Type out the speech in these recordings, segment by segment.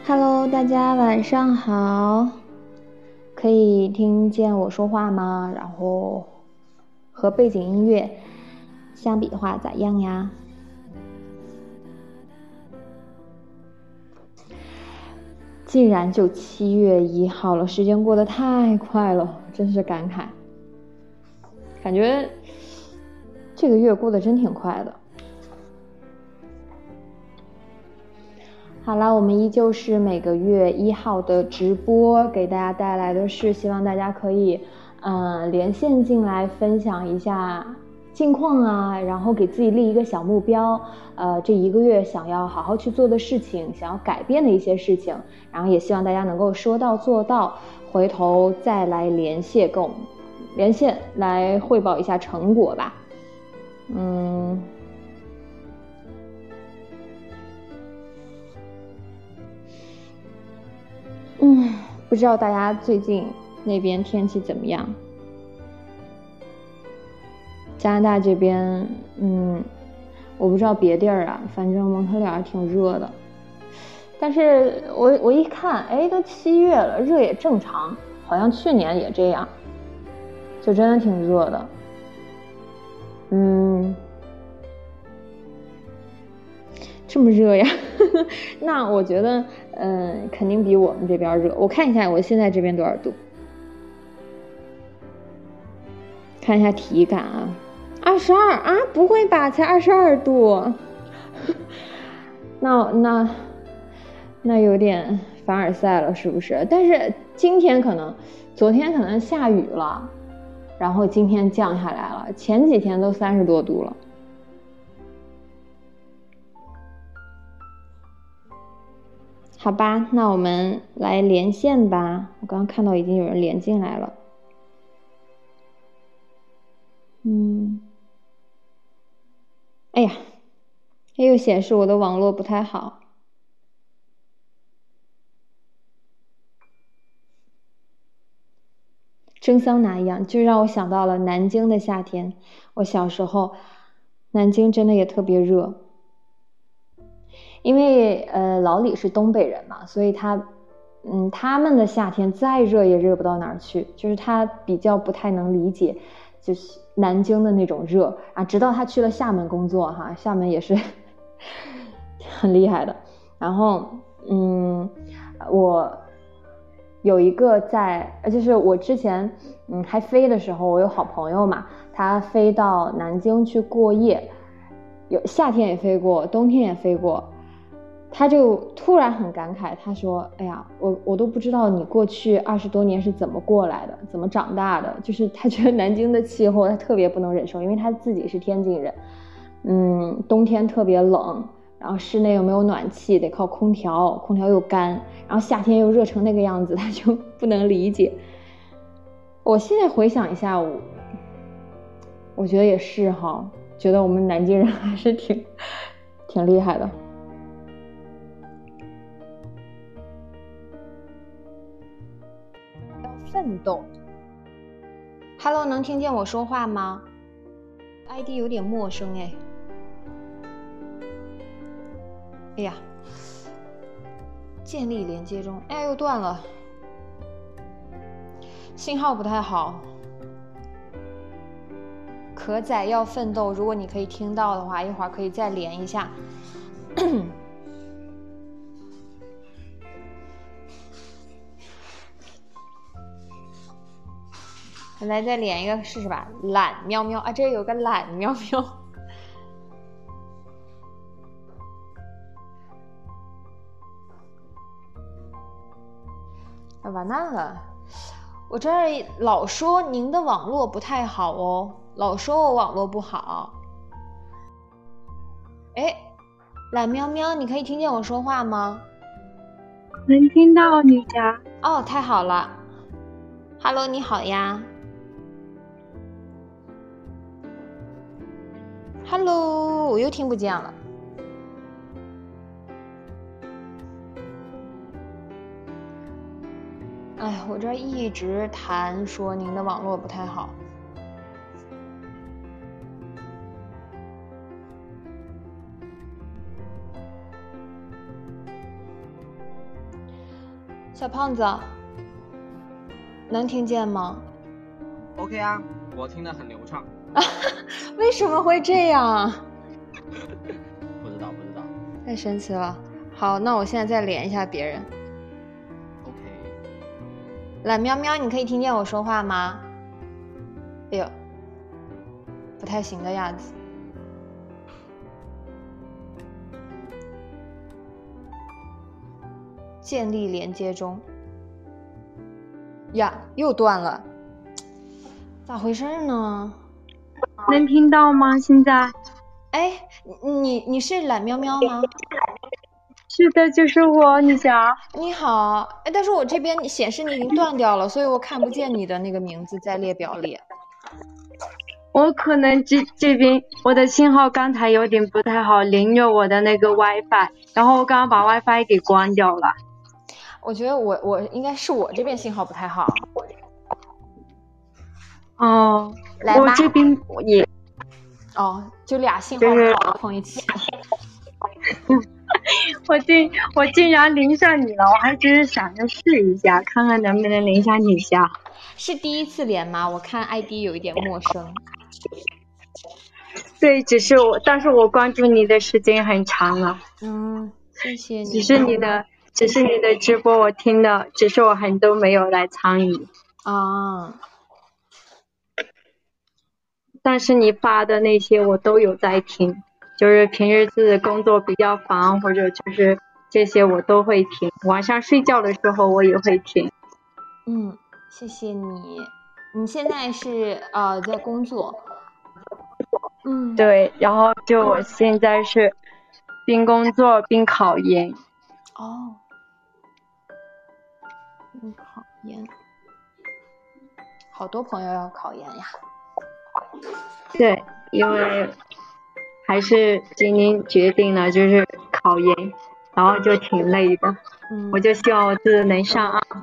Hello，大家晚上好，可以听见我说话吗？然后和背景音乐相比的话咋样呀？竟然就7月1号了，时间过得太快了，真是感慨，感觉这个月过得真挺快的。好了，我们依旧是每个月1号的直播，给大家带来的是希望大家可以连线进来分享一下近况啊，然后给自己立一个小目标，这一个月想要好好去做的事情，想要改变的一些事情，然后也希望大家能够说到做到，回头再来连线跟我们连线来汇报一下成果吧。不知道大家最近那边天气怎么样？加拿大这边，我不知道别地儿啊，反正蒙特利尔挺热的。但是我一看，哎，都7月了，热也正常，好像去年也这样，就真的挺热的。这么热呀？那我觉得，肯定比我们这边热。我看一下我现在这边多少度，看一下体感啊，22啊，不会吧，才22度。那有点凡尔赛了，是不是？但是昨天可能下雨了，然后今天降下来了，前几天都30多度了。好吧，那我们来连线吧。我刚刚看到已经有人连进来了。哎呀，又显示我的网络不太好。蒸桑拿一样，就让我想到了南京的夏天。我小时候，南京真的也特别热。因为老李是东北人嘛，所以他们的夏天再热也热不到哪儿去，就是他比较不太能理解，就是南京的那种热啊。直到他去了厦门工作哈，厦门也是很厉害的。然后我有一个就是我之前还飞的时候，我有好朋友嘛，他飞到南京去过夜，夏天也飞过，冬天也飞过。他就突然很感慨，他说：“哎呀，我都不知道你过去20多年是怎么过来的，怎么长大的。就是他觉得南京的气候他特别不能忍受，因为他自己是天津人，冬天特别冷，然后室内又没有暖气，得靠空调，空调又干，然后夏天又热成那个样子，他就不能理解。我现在回想一下，我觉得也是哈，觉得我们南京人还是挺厉害的。”奋斗 ，Hello， 能听见我说话吗 ？ID 有点陌生哎。哎呀，建立连接中，哎，又断了，信号不太好。可仔要奋斗，如果你可以听到的话，一会儿可以再连一下。来再连一个试试吧。懒喵喵啊，这有个懒喵喵。啊，完蛋了！我这儿老说您的网络不太好哦，老说我网络不好。哎，懒喵喵，你可以听见我说话吗？ 能听到你呀。 哦，太好了。Hello， 你好呀。Hello， 我又听不见了。哎，我这一直弹说您的网络不太好。 小胖子，能听见吗？ OK 啊，我听得很流畅。 为什么会这样？ 不知道， 太神奇了。好，那我现在再连一下别人。 OK。 懒喵喵，你可以听见我说话吗？哎呦，不太行的样子。建立连接中。呀，又断了，咋回事呢？ 能听到吗？现在？ 哎，你是懒喵喵吗？ 是的，就是我，你想？ 你好，哎，但是我这边显示你已经断掉了，所以我看不见你的那个名字在列表里。 我可能这边我的信号刚才有点不太好，连着我的那个 WiFi， 然后我刚刚把 WiFi 给关掉了。 我觉得我应该是我这边信号不太好。 哦， 来吧， 我这边也。 哦，就俩信号不好的碰一起。 我竟然连上你了，我还只是想着试一下，看看能不能连上你下。 是第一次连吗？我看 ID 有一点陌生。 对，但是我关注你的时间很长了。 谢谢你。 只是你的直播我听的，只是我都没有来参与。 啊。 但是你发的那些我都有在听，就是平日自工作比较烦，或者就是这些我都会听，晚上睡觉的时候我也会听。 谢谢你。你现在是在工作？ 对，然后就我现在是边工作边考研。 哦，边考研，好多朋友要考研呀。 对，因为还是今年决定了就是考研，然后就挺累的。我就希望我自己能上岸。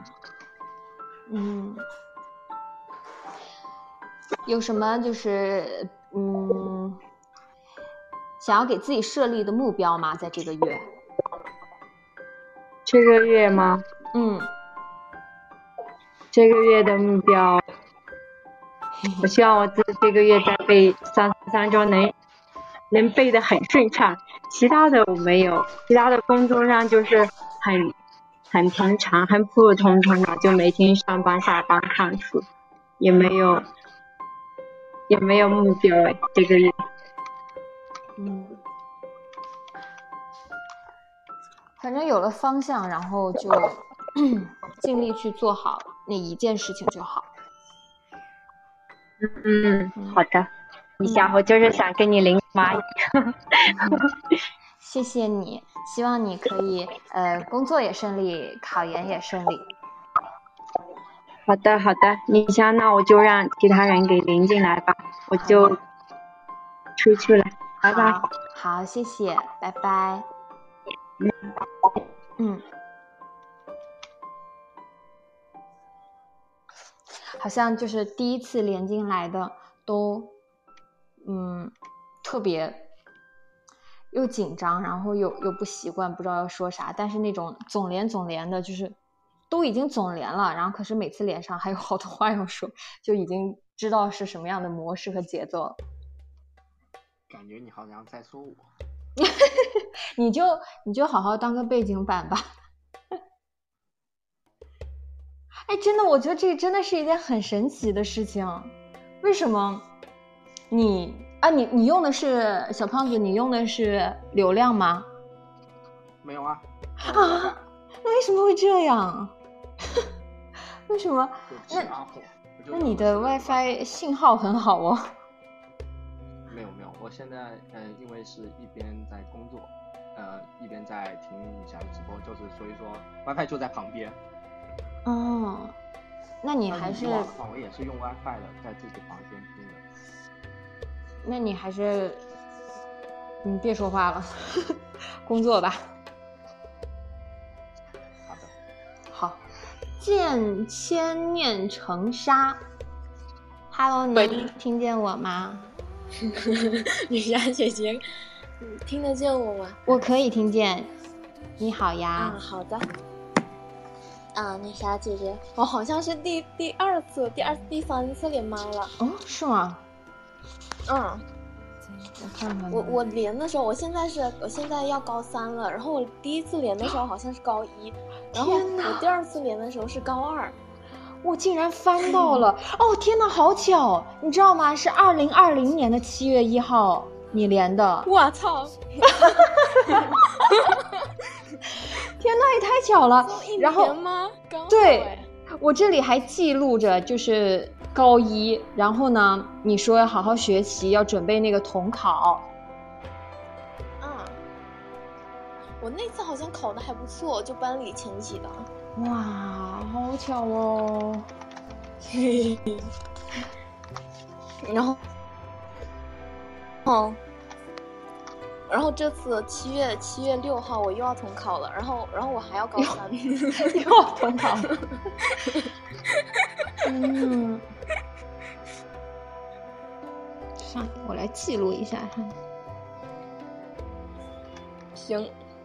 有什么就是想要给自己设立的目标吗？在这个月？ 这个月吗？这个月的目标，我希望我自己这个月在背343中能背得很顺畅，其他的我没有，其他的工作上就是很平常，很普普通通的，就每天上班下班看书，也没有目标这个月。 反正有了方向，然后就尽力去做好那一件事情就好。 好的。你想我就是想跟你领蚂蚁。 谢谢你，希望你可以工作也顺利，考研也顺利。 好的，你想那我就让其他人给连进来吧，我就出去了，拜拜。 好，谢谢，拜拜。好像就是第一次连进来的都特别又紧张，然后又不习惯，不知道要说啥，但是那种总连的就是都已经总连了，然后可是每次连上还有好多话要说，就已经知道是什么样的模式和节奏了。 感觉你好像在说我。 你就好好当个背景板吧。哎，真的，我觉得这真的是一件很神奇的事情。为什么你用的是小胖子？你用的是流量吗？ 没有啊。 那为什么会这样？为什么？那你的 WiFi 信号很好哦。 没有，我现在因为是一边在工作，一边在听一下直播，就是所以说 WiFi 就在旁边。 那你还是我也是用 WiFi 的，在自己房间听的。 那你还是别说话了，工作吧。 好的。 好，见千念成沙。Hello， 能听见我吗？ 雨霞姐姐，听得见我吗？ 我可以听见。你好呀。 好的。 啊，那啥姐姐，我好像是第二次、第三次连麦了。 哦，是吗？ 嗯， 我看看。 我连的时候，我现在要高3了，然后我第一次连的时候好像是高1，然后我第二次连的时候是高2。 我竟然翻到了！哦，天哪，好巧！你知道吗？是2020年的7月1号你连的。 我操！ 天哪，也太巧了！然后吗？ 对，我这里还记录着，就是高1，然后呢，你说要好好学习，要准备那个统考。 我那次好像考的还不错，就班里前几的。 哇，好巧哦！ 然后这次7月6号我又要统考了，然后我还要高3， 又要统考。上我来记录一下。 行。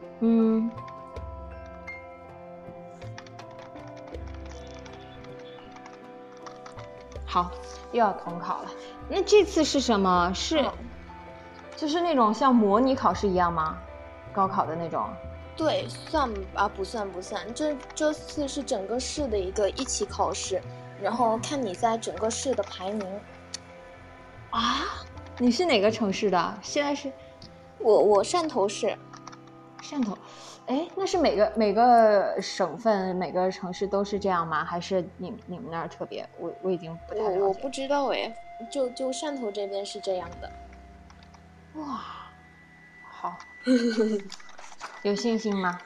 好，又要统考了。那这次是什么？就是那种像模拟考试一样吗？高考的那种？ 对，算啊，不算。这次是整个市的一起考试，然后看你在整个市的排名。 啊？你是哪个城市的？现在是？ 我汕头市。 汕头。哎，那是每个省份、每个城市都是这样吗？还是你们那儿特别？我已经不太了解。 我不知道哎，就汕头这边是这样的。 哇，好，有信心吗？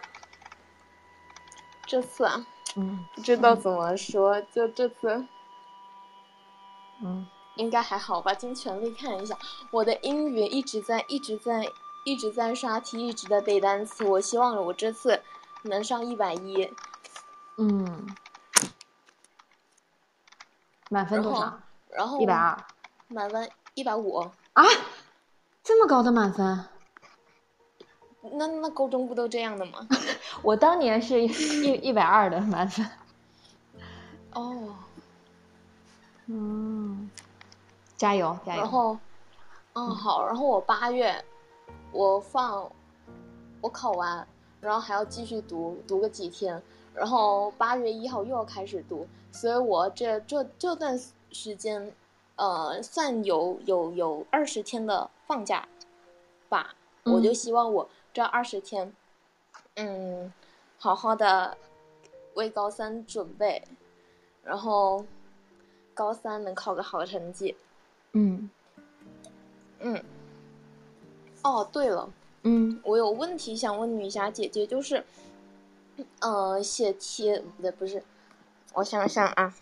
这次啊，不知道怎么说，就这次，应该还好吧。尽全力看一下，我的英语一直在刷题，一直在背单词。我希望我这次能上110。 满分多少？ 然后 120。 满分150。 啊，这么高的满分？ 那高中不都这样的吗？ 我当年是120的满分。 哦。 加油！ 然后，好，然后我8月，我考完，然后还要继续读个几天，然后8月1号又要开始读，所以我这段时间，算有20天的放假吧。我就希望我这20天，好好的为高3准备，然后高3能考个好成绩。哦，对了，我有问题想问女侠姐姐，就是，写题不是，我想想啊，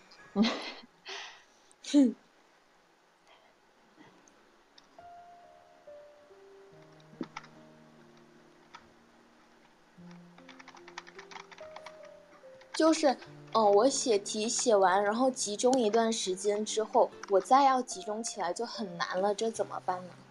就是，我写题写完，然后集中一段时间之后，我再要集中起来就很难了，这怎么办呢？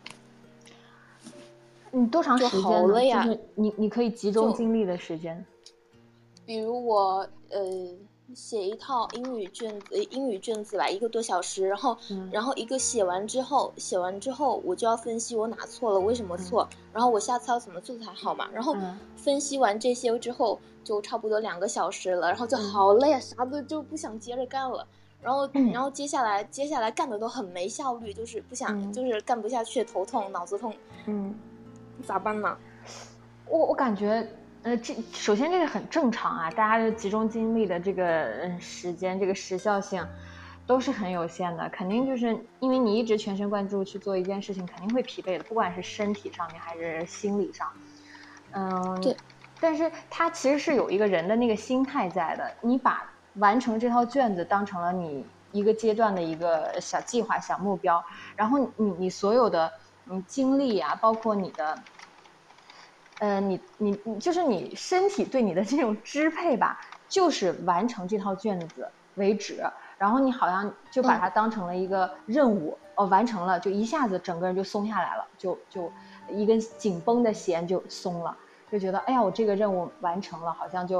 你多长时间呢？ 了呀， 就是你可以集中精力的时间。 比如我写一套英语卷子吧，1个多小时，然后一个写完之后我就要分析我哪错了，为什么错，然后我下次要怎么做才好嘛，然后分析完这些之后就差不多2个小时了，然后就好累啊，啥的就不想接着干了，然后接下来干的都很没效率，就是不想，就是干不下去，头痛脑子痛，咋办呢？ 我感觉首先这个很正常啊，大家的集中精力的这个时间，这个时效性都是很有限的，肯定就是因为你一直全神贯注去做一件事情，肯定会疲惫的，不管是身体上面还是心理上。 对。 但是它其实是有一个人的那个心态在的，你把完成这套卷子当成了你一个阶段的一个小计划、小目标，然后你所有的精力啊，包括你的。你就是你身体对你的这种支配吧，就是完成这套卷子为止，然后你好像就把它当成了一个任务，完成了就一下子整个人就松下来了，就一根紧绷的弦就松了，就觉得哎呀我这个任务完成了，好像就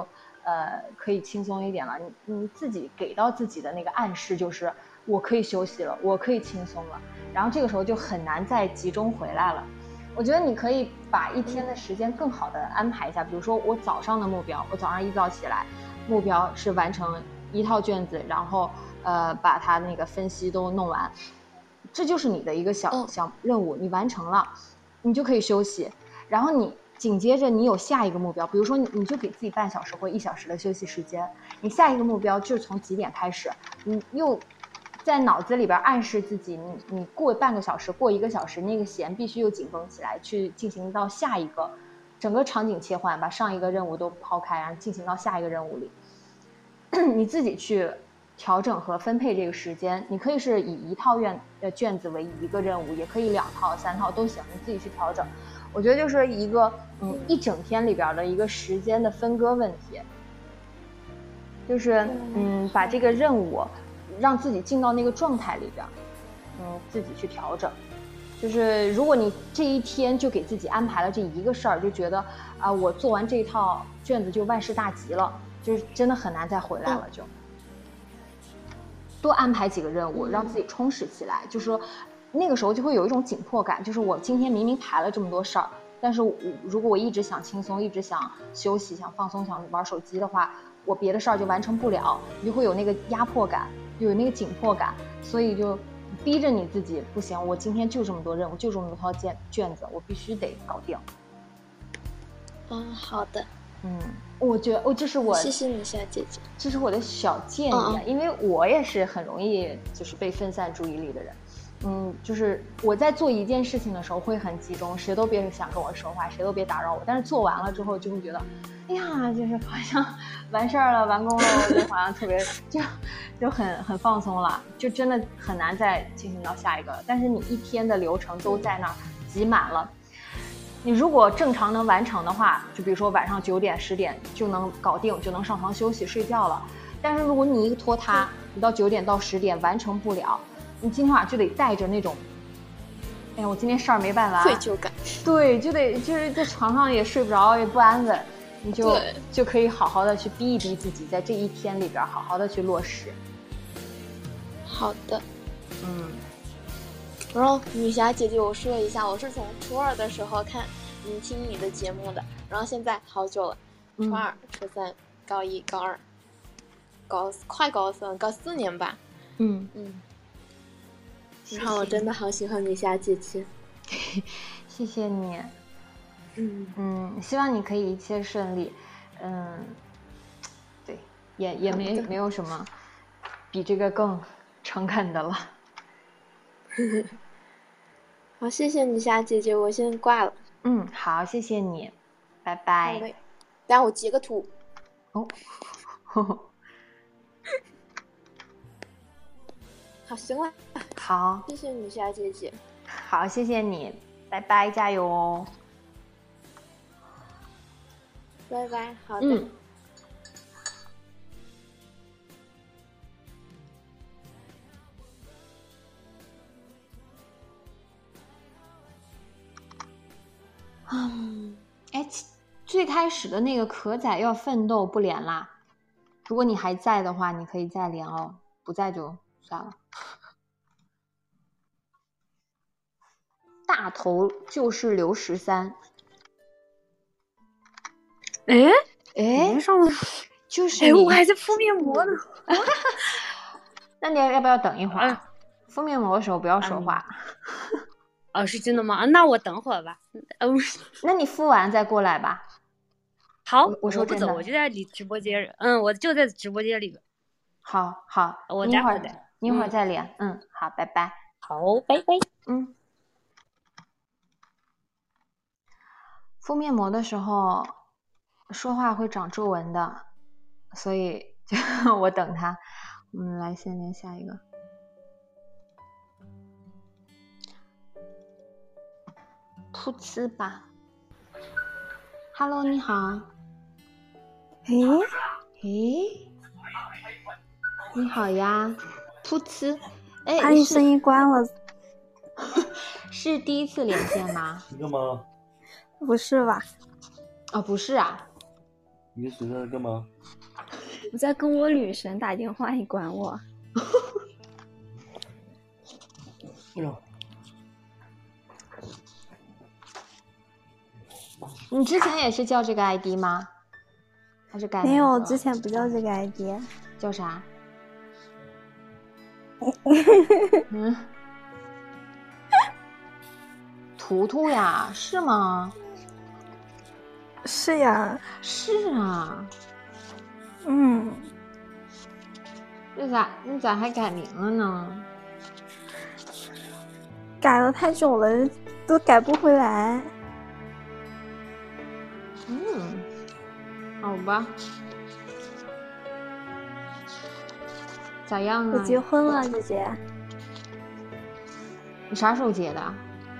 可以轻松一点了。你自己给到自己的那个暗示就是我可以休息了，我可以轻松了，然后这个时候就很难再集中回来了。我觉得你可以把一天的时间更好的安排一下，比如说我早上的目标，我早上一早起来，目标是完成1套卷子，然后把它那个分析都弄完，这就是你的一个小任务，你完成了，你就可以休息。然后你紧接着你有下一个目标，比如说你就给自己半小时或1小时的休息时间，你下一个目标就是从几点开始，你又在脑子里边暗示自己，你过半个小时过1个小时，那个弦必须又紧绷起来，去进行到下一个，整个场景切换，把上一个任务都抛开，然后进行到下一个任务里。你自己去调整和分配这个时间，你可以是以1套卷子为1个任务，也可以2套3套都行，你自己去调整。我觉得就是一个一整天里边的一个时间的分割问题，就是把这个任务让自己进到那个状态里边，自己去调整。就是如果你这一天就给自己安排了这1个事儿，就觉得我做完这一套卷子就万事大吉了，就是真的很难再回来了。就多安排几个任务，让自己充实起来。就是说那个时候就会有一种紧迫感，就是我今天明明排了这么多事儿，但是如果我一直想轻松，一直想休息，想放松，想玩手机的话，我别的事儿就完成不了，你就会有那个压迫感，有那个紧迫感，所以就逼着你自己，不行，我今天就这么多任务，就这么多套卷子，我必须得搞定。 好的。 我觉得这是我， 谢谢你夏姐姐， 这是我的小建议因为我也是很容易就是被分散注意力的人。就是我在做一件事情的时候会很集中，谁都别想跟我说话，谁都别打扰我，但是做完了之后就会觉得哎呀，就是好像完事儿了，完工了，我就好像特别就很放松了，就真的很难再进行到下一个了。但是你一天的流程都在那儿挤满了，你如果正常能完成的话，就比如说晚上9点10点就能搞定，就能上床休息睡觉了。但是如果你一个拖沓，你到9点到10点完成不了，你今天晚上就得带着那种哎呀我今天事儿没办完愧疚感。 对，就是在床上也睡不着，也不安稳，你就可以好好的去逼一逼自己，在这一天里边好好的去落实。 好的。然后女侠姐姐，我说一下，我是从初2的时候听你的节目的，然后现在好久了，初2、初3、高1、高2、快高3、高4年吧。然后我真的好喜欢女侠姐姐。 谢谢你。希望你可以一切顺利。对，也没有什么比这个更诚恳的了。 好，谢谢女侠姐姐，我先挂了。 好，谢谢你，拜拜。 等下我截个图。好，行了。 好， 谢谢女侠姐姐。 好，谢谢你，拜拜，加油哦。 拜拜，好的。 最开始的那个可仔要奋斗不连啦，如果你还在的话，你可以再连哦，不在就算了。大头就是刘13。 上了， 就是我还在敷面膜呢。 那你要不要等一会儿？敷面膜的时候不要说话。 是真的吗？那我等会儿吧。 那你敷完再过来吧。 好， 我说真的， 我就在你直播间。我就在直播间里。 好， 我你一会儿再连。好，拜拜。 好，拜拜。 敷面膜的时候说话会长皱纹的，所以就我等他。我们来先连下一个。噗呲吧。Hello， 你好。你好呀。噗呲。 把你声音关了。 是第一次连线吗？ 你干嘛？ 不是吧？ 不是啊。 你随便干嘛？ 我在跟我女神打电话，你管我？ 你之前也是叫这个 ID 吗？还是改名字没有， 了之前不叫这个 ID。 叫啥？嗯，图图呀，是吗？ 是呀， 是啊， 嗯， 你咋还改名了呢？ 改了太久了，都改不回来。 嗯，好吧。咋样我啊？ 结婚了，姐姐。 你啥时候结的？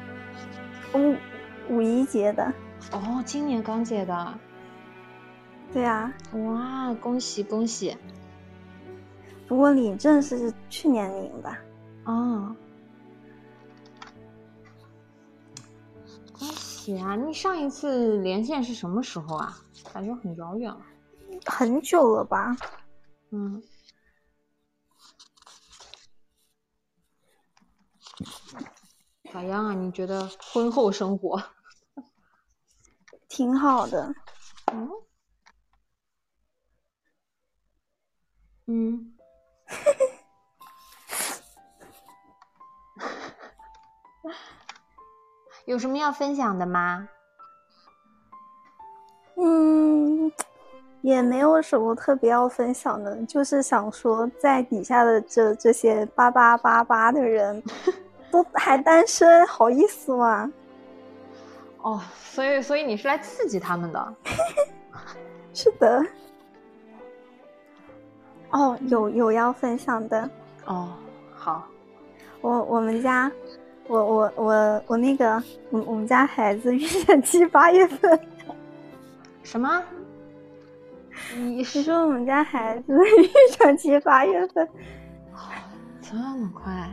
五一结的。 哦，今年刚结的。 对啊。 哇，恭喜恭喜！ 不过领证是去年领的。 哦，恭喜啊！你上一次连线是什么时候啊？感觉很遥远了。 很久了吧？ 嗯。咋样啊？你觉得婚后生活？ 挺好的。 嗯。有什么要分享的吗？ 也没有什么特别要分享的，就是想说，在底下的这些8888的人，都还单身，好意思吗？ 哦，所以你是来刺激他们的？ 是的。哦，有要分享的。 哦，好。 我们家，我那个，我们家孩子预产期8月份。 什么？ 你说我们家孩子预产期8月份。 这么快？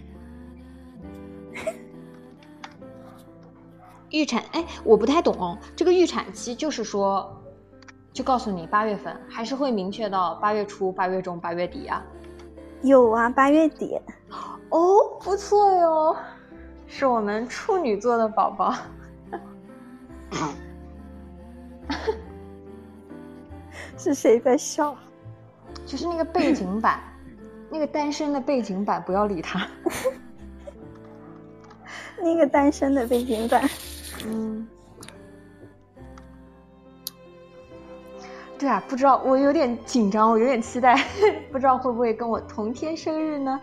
预产？哎，我不太懂哦。这个预产期就是说，就告诉你8月份，还是会明确到8月初、8月中、8月底啊？ 有啊，8月底。 哦，不错哟，是我们处女座的宝宝。 是谁在笑？ 就是那个背景板，那个单身的背景板，不要理他。 那个单身的背景板。 对啊，不知道，我有点紧张，我有点期待，不知道会不会跟我同天生日呢？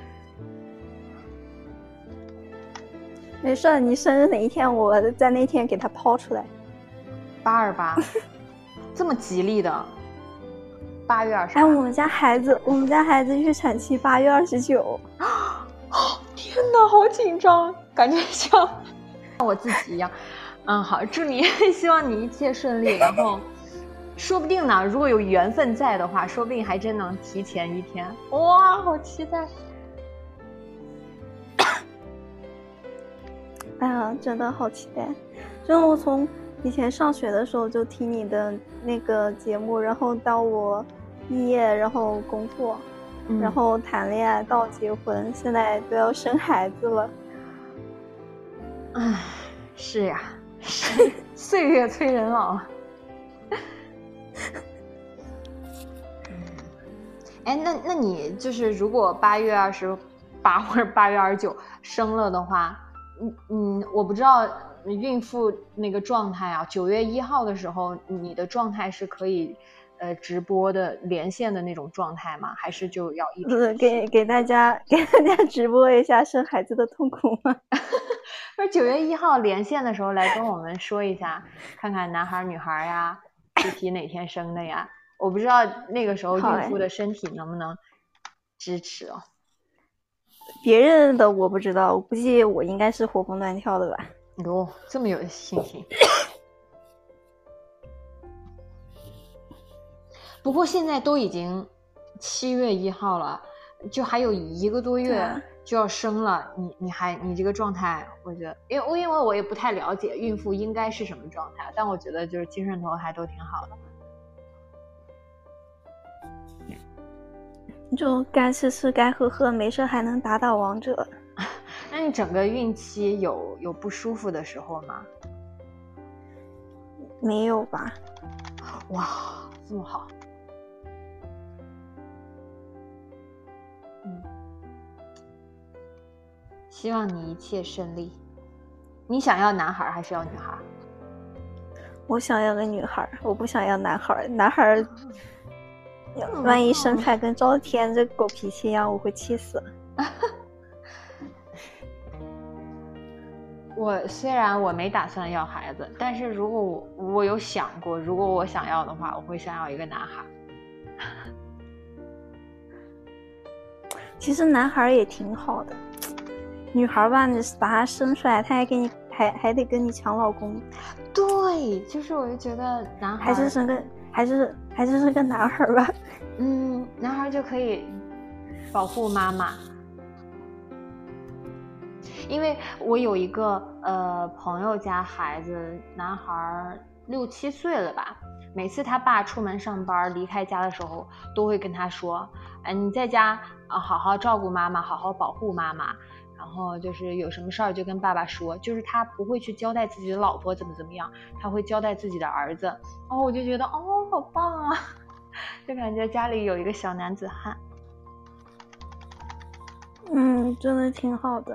没事，你生日哪一天，我在那天给他抛出来。 828，这么吉利的。8月28。 哎，我们家孩子预产期8月29。 天哪，好紧张，感觉像我自己一样。好，祝你，希望你一切顺利，然后说不定呢，如果有缘分在的话，说不定还真能提前1天。哇，好期待！ 哎呀，真的好期待！就我从以前上学的时候就听你的那个节目，然后到我毕业，然后工作，然后谈恋爱到结婚，现在都要生孩子了。 唉，是呀，岁月催人老。哎，那你就是如果8月28或者8月29生了的话，我不知道孕妇那个状态啊，9月1号的时候，你的状态是可以直播的连线的那种状态吗？还是就要一直给大家直播一下生孩子的痛苦吗？ 不是9月1号连线的时候来跟我们说一下，看看男孩女孩呀，具体哪天生的呀？我不知道那个时候孕妇的身体能不能支持哦。 别人的我不知道，我估计我应该是活蹦乱跳的吧。 哟，这么有信心。不过现在都已经7月1号了，就还有1个多月就要生了，你这个状态，我觉得，因为我也不太了解孕妇应该是什么状态，但我觉得就是精神头还都挺好的。 就该吃吃该喝喝，没事还能打打王者。 那你整个孕期有不舒服的时候吗？ 没有吧？ 哇，这么好。希望你一切顺利。你想要男孩还是要女孩？ 我想要个女孩，我不想要男孩。男孩万一生出来跟赵天这狗脾气一样，我会气死。 虽然我没打算要孩子，但是如果我有想过，如果我想要的话，我会想要一个男孩。 其实男孩也挺好的，女孩吧，你把他生出来，他还给你还得跟你抢老公。 对，就是我就觉得男孩还是生个男孩吧。 男孩就可以保护妈妈。因为我有一个朋友家孩子，男孩6、7岁了吧，每次他爸出门上班离开家的时候，都会跟他说，你在家好好照顾妈妈，好好保护妈妈，然后就是有什么事儿就跟爸爸说，就是他不会去交代自己的老婆怎么样，他会交代自己的儿子。我就觉得好棒啊，就感觉家里有一个小男子汉。 真的挺好的。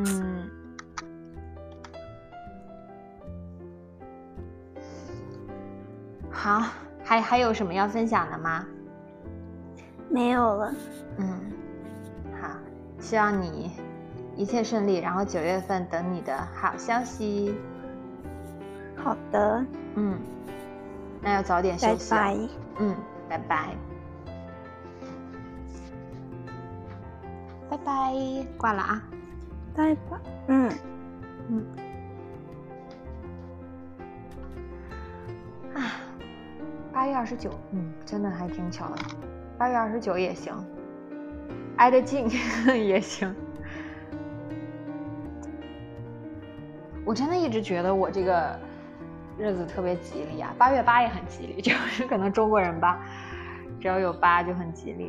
好，还有什么要分享的吗？ 没有了。 好，希望你一切顺利，然后9月份等你的好消息。 好的。 那要早点休息。 拜拜。 拜拜。拜拜，挂了啊。 拜拜。 8月29，真的还挺巧的。8月29也行，挨得近也行。我真的一直觉得我这个日子特别吉利啊，8月8也很吉利，就是可能中国人吧，只要有8就很吉利。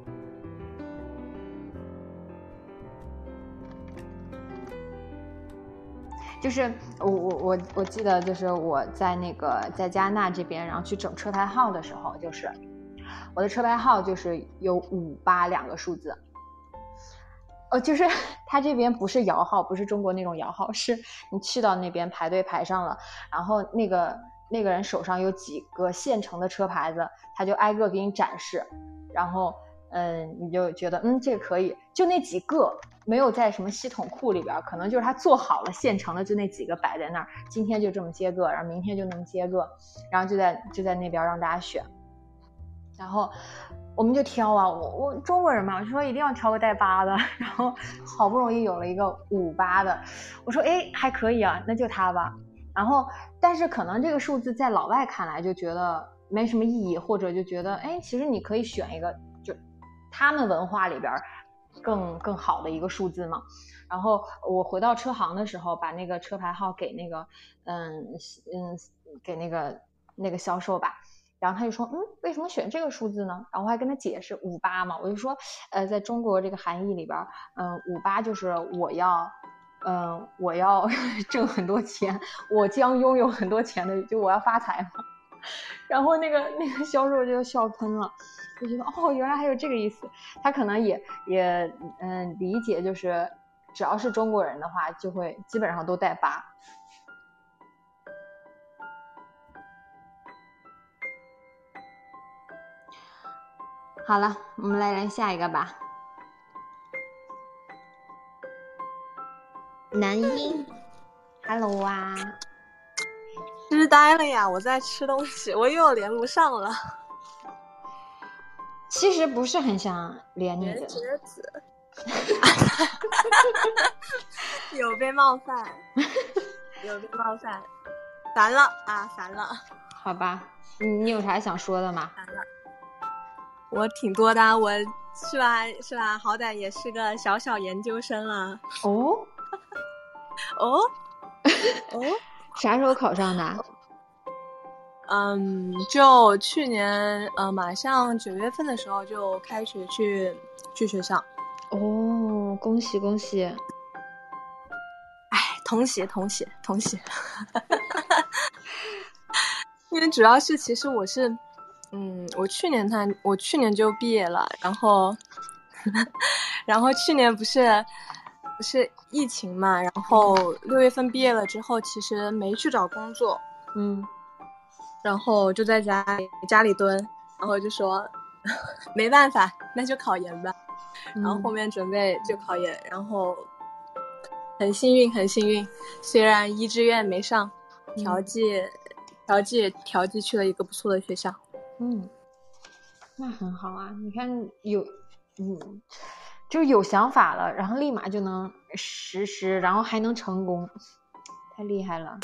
就是我记得，就是我在在加拿大这边，然后去整车牌号的时候，就是我的车牌号就是有58两个数字。就是他这边不是摇号，不是中国那种摇号，是你去到那边排队排上了，然后那个人手上有几个现成的车牌子，他就挨个给你展示，然后你就觉得这个可以，就那几个。没有在什么系统库里边，可能就是他做好了现成的，就那几个摆在那儿，今天就这么接个，然后明天就那么接个，然后就在那边让大家选，然后我们就挑啊，我中国人嘛，我说一定要挑个带8的，然后好不容易有了一个58的，我说还可以啊，那就它吧。然后但是可能这个数字在老外看来就觉得没什么意义，或者就觉得其实你可以选一个就他们文化里边更好的一个数字嘛。然后我回到车行的时候，把那个车牌号给那个给那个销售吧，然后他就说为什么选这个数字呢？然后我还跟他解释58嘛，我就说在中国这个含义里边58就是我要挣很多钱，我将拥有很多钱的，就我要发财嘛。然后那个销售就笑喷了，就觉得原来还有这个意思。他可能也理解，就是只要是中国人的话，就会基本上都带8。好了，我们来下一个吧。男音 ，Hello 啊。 痴呆了呀！我在吃东西，我又连不上了。 其实不是很想连你的。 原觉子有被冒犯，有被冒犯，烦了啊，烦了。 好吧，你有啥想说的吗？ 烦了。我挺多的，我是吧？好歹也是个小研究生了。 哦， 哦， 啥时候考上的？ 就去年马上9月份的时候就开学去学校。 哦，恭喜恭喜！ 哎，同喜。因为主要是其实我是，我去年就毕业了，然后去年不是疫情嘛，然后6月份毕业了之后，其实没去找工作，然后就在家里蹲，然后就说没办法，那就考研吧。然后后面准备就考研，然后很幸运，虽然一志愿没上，调剂去了一个不错的学校。 那很好啊！你看就是有想法了，然后立马就能实施，然后还能成功，太厉害了！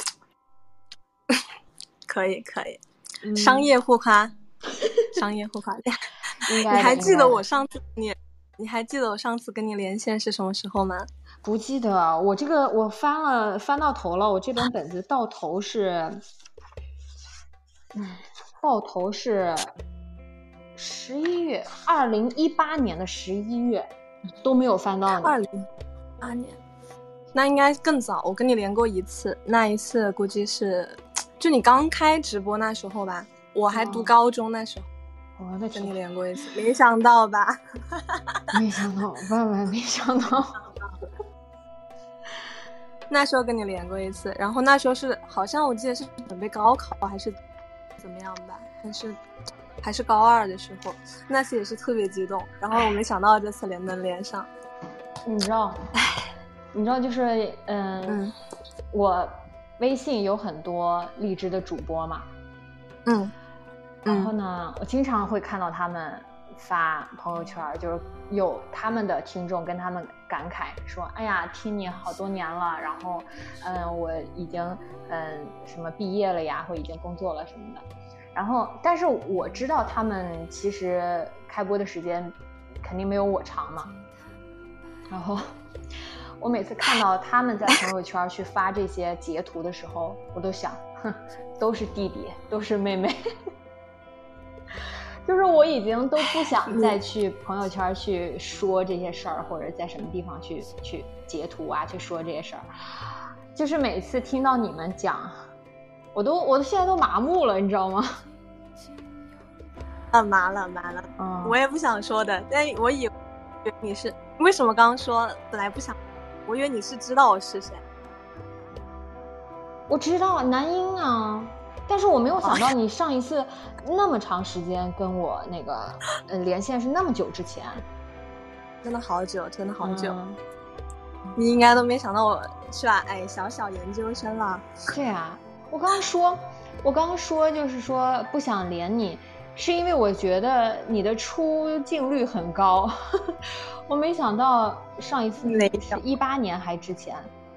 可以，商业互夸，你还记得我上次跟你连线是什么时候吗？ 不记得，我翻到头了，我这本本子到头是11月，2018年的11月都没有翻到呢。 2018年，那应该更早，我跟你连过一次，那一次估计是就你刚开直播那时候吧，我还读高中那时候。 我的跟你连过一次，没想到吧？ 没想到，万万没想到。 那时候跟你连过一次，然后那时候好像我记得是准备高考还是怎么样吧，还是高2的时候，那次也是特别激动，然后我没想到这次能连上。 你知道就是我微信有很多荔枝的主播嘛，然后呢，我经常会看到他们发朋友圈，就是有他们的听众跟他们感慨说，哎呀，听你好多年了，然后我已经什么毕业了呀，或已经工作了什么的。然后但是我知道他们其实开播的时间肯定没有我长嘛，然后我每次看到他们在朋友圈去发这些截图的时候，我都想，都是弟弟，都是妹妹。就是我已经都不想再去朋友圈去说这些事儿，或者在什么地方去截图啊，去说这些事儿。就是每次听到你们讲，我都现在都麻木了，你知道吗？ 麻了。我也不想说的，但我以为你是为什么刚刚说本来不想，我以为你是知道我是谁。 我知道南音啊。但是我没有想到你上一次那么长时间跟我那个连线是那么久之前， 真的好久。你应该都没想到我是吧？哎，小研究生了。 对啊，我刚刚说就是说不想连你，是因为我觉得你的出镜率很高。我没想到上一次是18年还之前。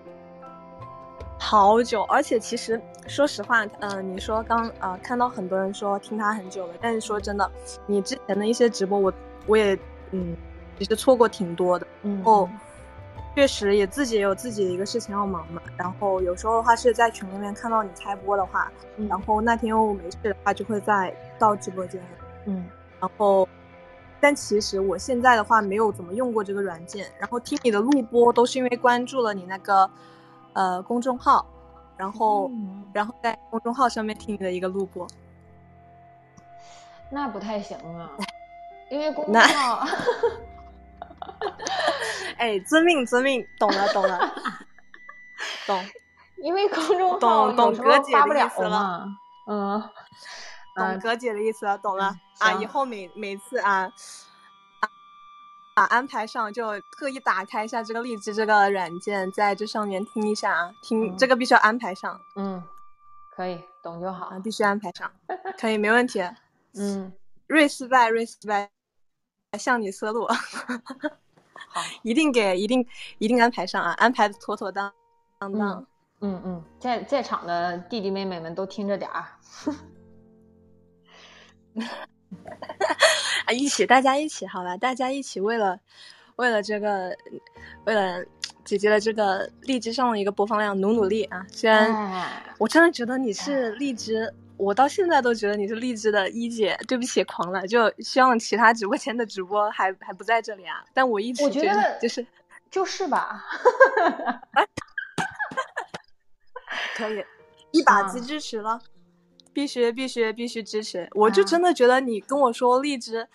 好久，而且其实说实话，你说看到很多人说听他很久了，但是说真的，你之前的一些直播我也其实错过挺多的，然后确实也自己有自己的一个事情要忙嘛，然后有时候的话是在群里面看到你开播的话，然后那天我没事的话就会再到直播间，然后但其实我现在的话没有怎么用过这个软件，然后听你的录播都是因为关注了你那个公众号，然后在公众号上面听你的一个录播。 那不太行啊，因为公众号哎，遵命，懂了懂， 因为公众号懂葛姐的意思了， 懂葛姐的意思了，懂了啊！以后每次安排上就特意打开一下这个荔枝这个软件，在这上面听一下啊，听这个必须要安排上。 可以，懂就好， 必须安排上，可以，没问题。瑞斯拜，向你思路。 好， 一定安排上啊，安排的妥妥当当。 在场的弟弟妹妹们都听着点儿。 大家一起好吧，大家一起为了姐姐的这个荔枝上的一个播放量努力啊！虽然我真的觉得你是荔枝， 我到现在都觉得你是荔枝的一姐，对不起狂了，就希望其他直播间的主播还不在这里啊，但我一直觉得就是吧。 可以一把子支持了，必须支持。我就真的觉得你跟我说荔枝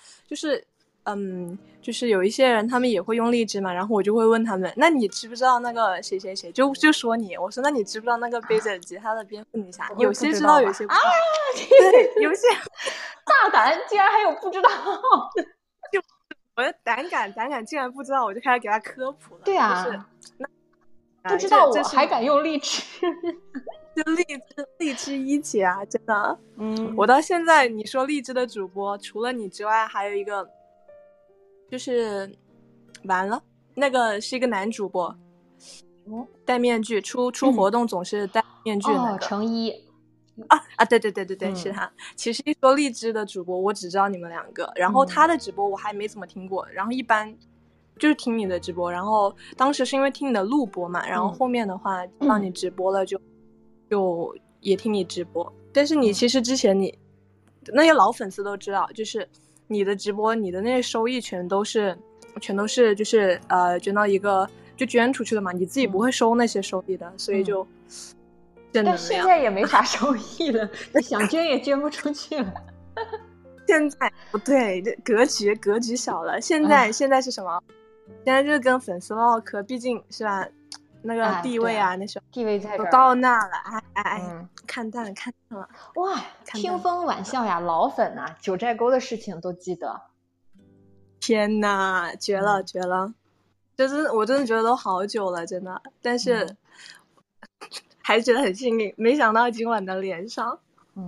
就是有一些人他们也会用荔枝嘛，然后我就会问他们，那你知不知道那个谁谁谁，就说你，我说那你知不知道那个背着吉他的蝙蝠女侠？有些知道，有些不知道。对，有些大胆竟然还有不知道。 就我的胆敢竟然不知道，我就开始给他科普了。 对啊， 就是不知道我还敢用荔枝。 就荔枝一姐啊，真的。我到现在你说荔枝的主播除了你之外，还有一个就是完了，那个是一个男主播，戴面具出活动总是戴面具那个程一对，是他。其实一说荔枝的主播，我只知道你们两个，然后他的直播我还没怎么听过，然后一般就是听你的直播，然后当时是因为听你的录播嘛，然后后面的话让你直播了就也听你直播。但是你其实之前你那些老粉丝都知道，就是你的直播你的那些收益全都是就是捐到一个就捐出去的嘛，你自己不会收那些收益的，所以就但现在也没啥收益了，想捐也捐不出去了。 现在不对，格局小了。现在是什么？现在就是跟粉丝唠嗑，毕竟是吧，那个地位啊，那时候地位在这儿都到那了，看淡了。 哇，听风玩笑呀，老粉啊，九寨沟的事情都记得。 天哪，绝了！就是我真的觉得都好久了，真的，但是还是觉得很幸运，没想到今晚能连上。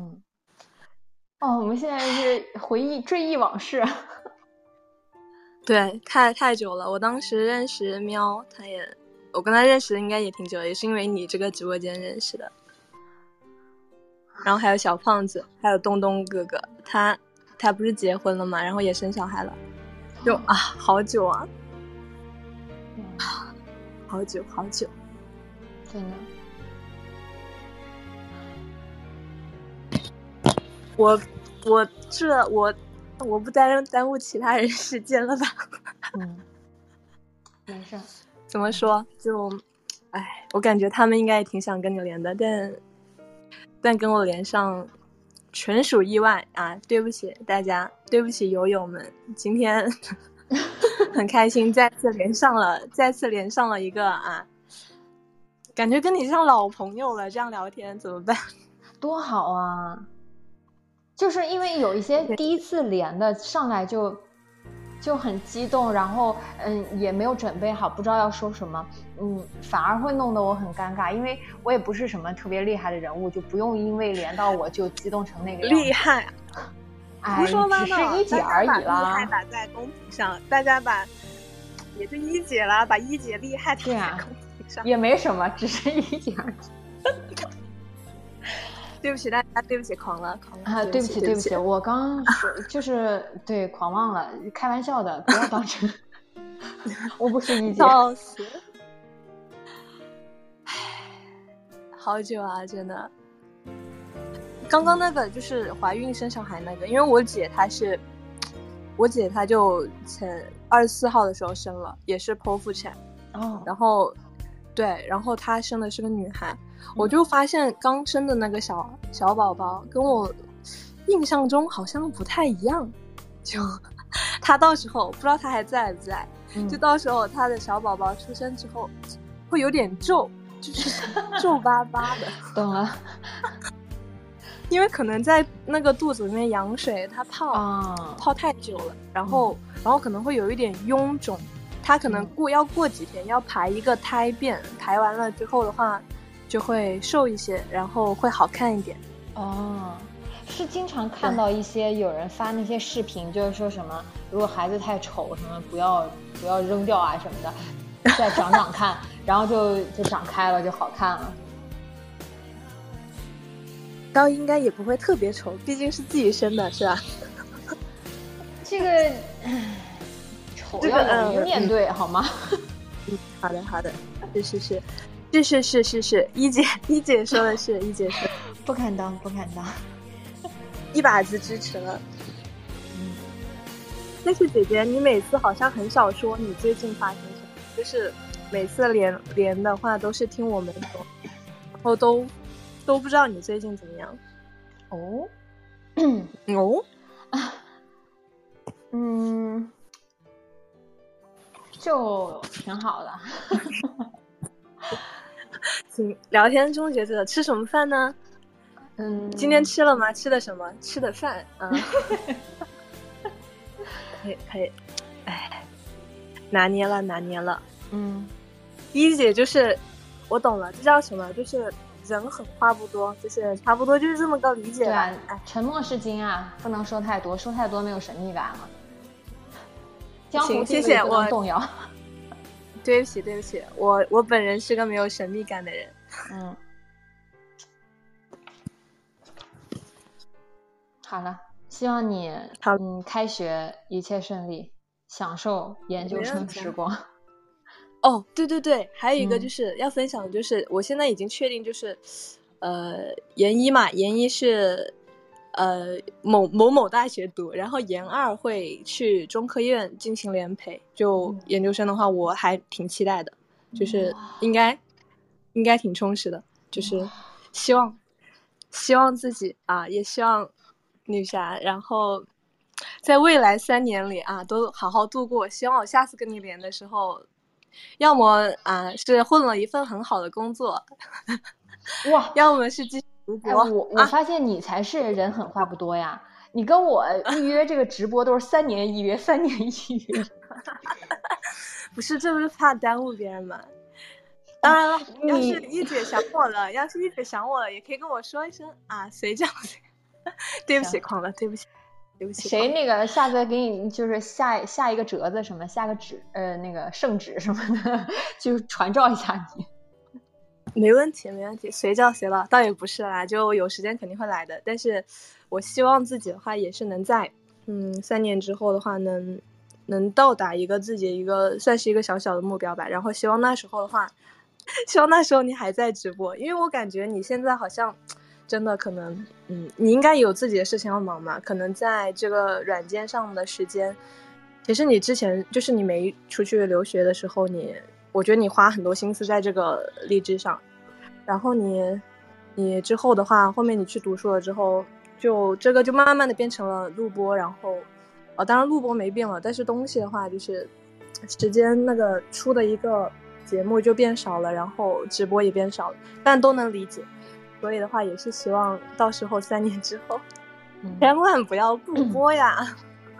我们现在是追忆往事。 对，太久了。我当时认识喵，我跟他认识的应该也挺久的，也是因为你这个直播间认识的。然后还有小胖子，还有东东哥哥，他不是结婚了嘛，然后也生小孩了，就好久啊，好久， 真的。 我不耽误其他人时间了吧？ 没事。 怎么说？就，我感觉他们应该也挺想跟你连的，但跟我连上，纯属意外啊！对不起大家，对不起友友们，今天很开心再次连上了一个感觉跟你像老朋友了，这样聊天怎么办？ 多好啊！就是因为有一些第一次连的上来就很激动，然后也没有准备好，不知道要说什么，反而会弄得我很尴尬，因为我也不是什么特别厉害的人物，就不用因为连到我就激动成那个样子。 厉害，胡说八道， 只是一姐而已啦。 厉害打在公屏上，大家也是一姐啦，把一姐厉害打在公屏上， 也没什么，只是一姐而已。 对不起大家，对不起狂了对不起，我刚就是对狂妄了，开玩笑的，不要当真。我不是一姐。 笑死！好久啊，真的。刚刚那个就是怀孕生小孩那个，因为我姐她就24号的时候生了，也是剖腹产。然后她生的是个女孩。我就发现刚生的那个小宝宝跟我印象中好像不太一样，就他到时候不知道他还在不在，就到时候他的小宝宝出生之后会有点皱，就是皱巴巴的。 懂了。 因为可能在那个肚子里面羊水它泡太久了，然后可能会有一点臃肿，他可能要过几天要排一个胎便，排完了之后的话就会瘦一些，然后会好看一点。 是经常看到一些有人发那些视频，就是说什么如果孩子太丑什么不要扔掉啊什么的，再长看，然后就长开了就好看了。 倒应该也不会特别丑，毕竟是自己生的，是吧？ 这个丑要勇于面对，好吗？ 好的，是，一姐说的是，一姐说不敢当。 一把子支持了。但是姐姐，你每次好像很少说你最近发生什么，就是每次连的话都是听我们说，然后都不知道你最近怎么样。 哦， 哦， 就挺好的。 行，聊天终结者吃什么饭呢？今天吃了吗？吃的什么？吃的饭。可以，哎，拿捏了。一姐就是我懂了，这叫什么？就是人狠话不多，就是差不多就是这么个理解吧。 对啊，沉默是金啊，不能说太多，说太多没有神秘感了。江湖地位不能动摇。 对不起，我本人是个没有神秘感的人。 好了，希望你开学一切顺利，享受研究生时光。 哦，对，还有一个就是要分享的就是我现在已经确定就是研一嘛，研一是某大学读，然后研二会去中科院进行联培，就研究生的话我还挺期待的，就是应该挺充实的，就是希望自己啊，也希望女侠然后在未来3年里啊都好好度过，希望我下次跟你连的时候要么是混了一份很好的工作， 哇， 要么是继续读博。 我发现你才是人狠话不多呀！你跟我预约这个直播都是3年一约，3年一约。 不是，这不是怕耽误别人吗？当然了，要是一姐想我了，也可以跟我说一声啊，随叫随。对不起，狂了，对不起。 谁那个下次给你就是下一个折子什么，下个纸那个圣旨什么的，就是传召一下你。 没问题，随叫随到，倒也不是啦，就有时间肯定会来的。但是我希望自己的话也是能在3年之后的话能到达一个自己一个算是一个小小的目标吧。然后希望那时候的话，你还在直播，因为我感觉你现在好像真的可能你应该有自己的事情要忙嘛，可能在这个软件上的时间，其实你之前就是你没出去留学的时候，我觉得你花很多心思在这个励志上，然后你之后的话，后面你去读书了之后，就这个就慢慢的变成了录播，然后当然录播没变了，但是东西的话就是时间那个出的一个节目就变少了，然后直播也变少了，但都能理解。所以的话也是希望到时候3年之后千万不要不播呀。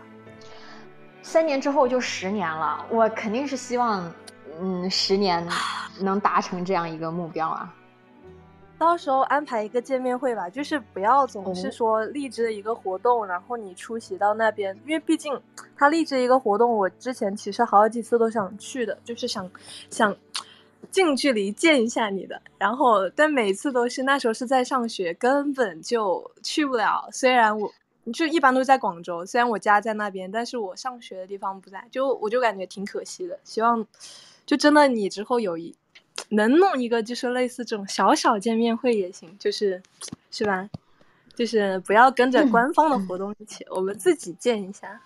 3年之后就10年了，我肯定是希望10年能达成这样一个目标啊。 到时候安排一个见面会吧，就是不要总是说励志的一个活动然后你出席到那边，因为毕竟他励志一个活动我之前其实好几次都想去的，就是想近距离见一下你的，然后但每次都是那时候是在上学，根本就去不了。虽然我就一般都在广州，虽然我家在那边，但是我上学的地方不在，我就感觉挺可惜的。希望就真的你之后能弄一个就是类似这种小小见面会也行，是吧？就是不要跟着官方的活动一起，我们自己见一下。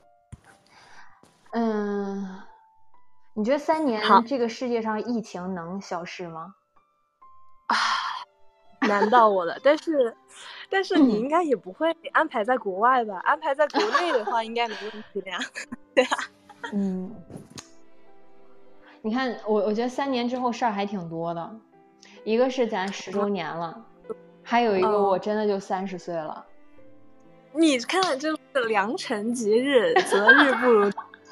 你觉得3年这个世界上疫情能消失吗？ 难到我了，但是你应该也不会安排在国外吧？安排在国内的话应该没问题的呀。对啊。 你看我觉得3年之后事儿还挺多的，一个是咱10周年了，还有一个我真的就30岁了。 你看这个良辰吉日，择日不如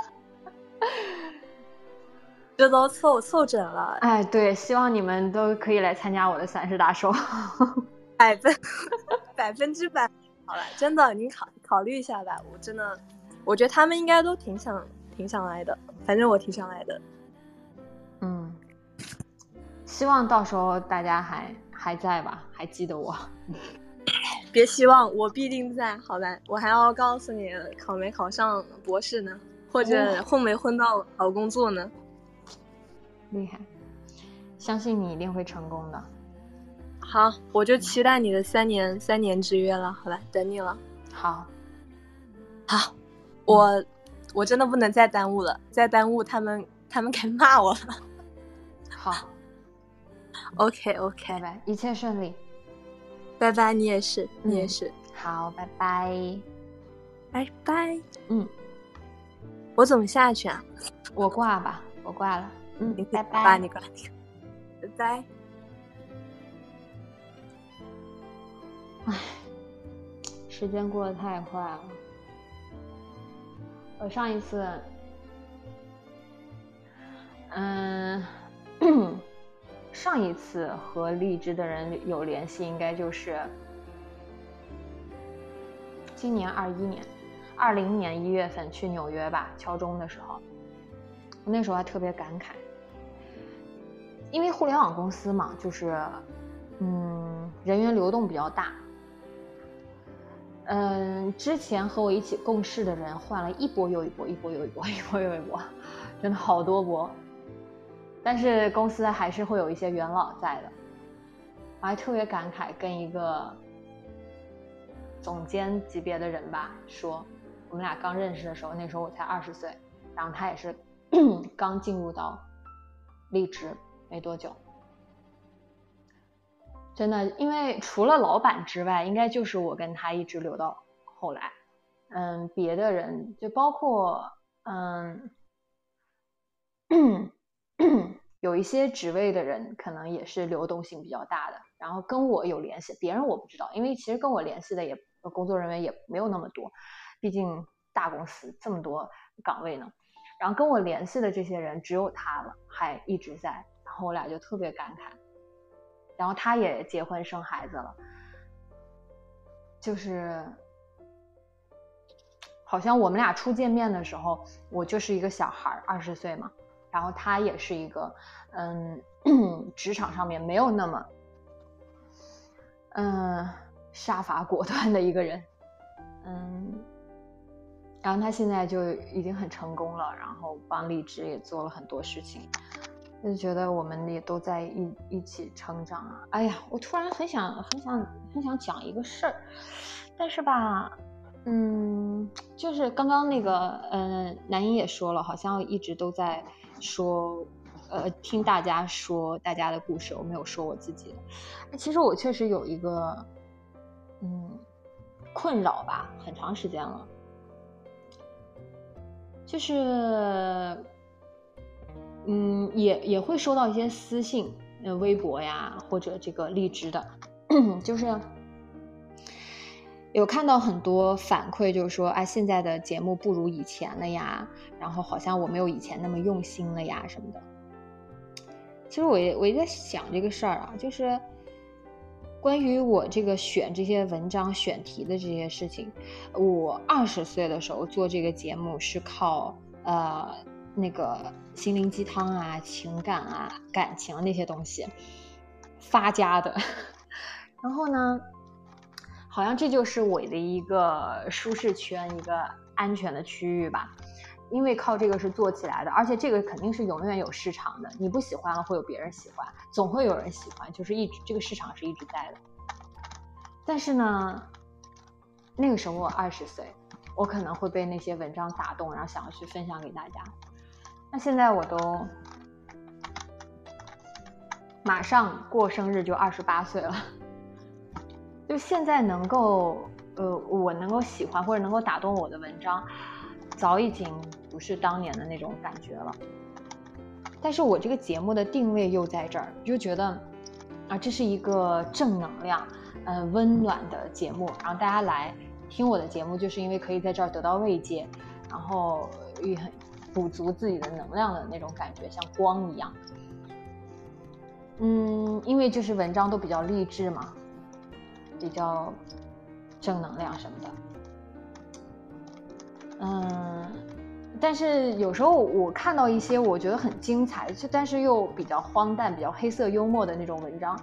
这都凑整了。 哎，对，希望你们都可以来参加我的30大寿。 100%好了，真的，你考虑一下吧。我觉得他们应该都挺想来的，反正我挺想来的。 希望到时候大家还在吧，还记得我。 别希望，我必定在。好吧，我还要告诉你考没考上博士呢，或者混没混到好工作呢。 厉害，相信你一定会成功的。 好，我就期待你的三年之约了。好了，等你了。 好， 我真的不能再耽误了，再耽误他们该骂我了。 好 ，OK， 拜拜，一切顺利。 拜拜，你也是，你也是。 好，拜拜， 拜拜。 我怎么下去啊？ 我挂吧，我挂了。拜拜。你挂，拜拜。 唉，时间过得太快了。我上一次，上一次和荔枝的人有联系，应该就是今年2020年1月份去纽约吧，敲钟的时候，我那时候还特别感慨，因为互联网公司嘛，就是人员流动比较大。之前和我一起共事的人换了一波又一波，真的好多波。但是公司还是会有一些元老在的。我还特别感慨，跟一个总监级别的人吧说，我们俩刚认识的时候，那时候我才20岁，然后他也是刚进入到荔枝没多久。真的，因为除了老板之外，应该就是我跟他一直留到后来。别的人就包括有一些职位的人，可能也是流动性比较大的。然后跟我有联系，别人我不知道，因为其实跟我联系的工作人员也没有那么多，毕竟大公司这么多岗位呢。然后跟我联系的这些人，只有他了，还一直在。然后我俩就特别感慨。然后他也结婚生孩子了，就是好像我们俩初见面的时候，我就是一个小孩，20岁嘛，然后他也是一个职场上面没有那么杀伐果断的一个人，然后他现在就已经很成功了，然后帮荔枝也做了很多事情。就觉得我们也都在一起成长啊！哎呀，我突然很想讲一个事儿，但是吧，就是刚刚那个南音也说了，好像一直都在说，听大家说大家的故事，我没有说我自己的。其实我确实有一个困扰吧，很长时间了，就是也会收到一些私信，微博呀或者这个荔枝的，就是有看到很多反馈，就是说现在的节目不如以前了呀，然后好像我没有以前那么用心了呀什么的。其实我也在想这个事儿啊，就是关于我这个选这些文章选题的这些事情，我20岁的时候做这个节目是靠那个心灵鸡汤啊、情感啊、感情那些东西发家的。然后呢，好像这就是我的一个舒适圈，一个安全的区域吧。因为靠这个是做起来的，而且这个肯定是永远有市场的，你不喜欢了会有别人喜欢，总会有人喜欢，就是这个市场是一直在的。但是呢，那个时候我20岁，我可能会被那些文章打动，然后想要去分享给大家。那现在我都马上过生日就28岁了，就现在能够我能够喜欢或者能够打动我的文章，早已经不是当年的那种感觉了。但是我这个节目的定位又在这儿，就觉得这是一个正能量温暖的节目，然后大家来听我的节目就是因为可以在这儿得到慰藉，然后也很补足自己的能量的那种感觉，像光一样。因为就是文章都比较励志嘛，比较正能量什么的。但是有时候我看到一些我觉得很精彩，但是又比较荒诞、比较黑色幽默的那种文章，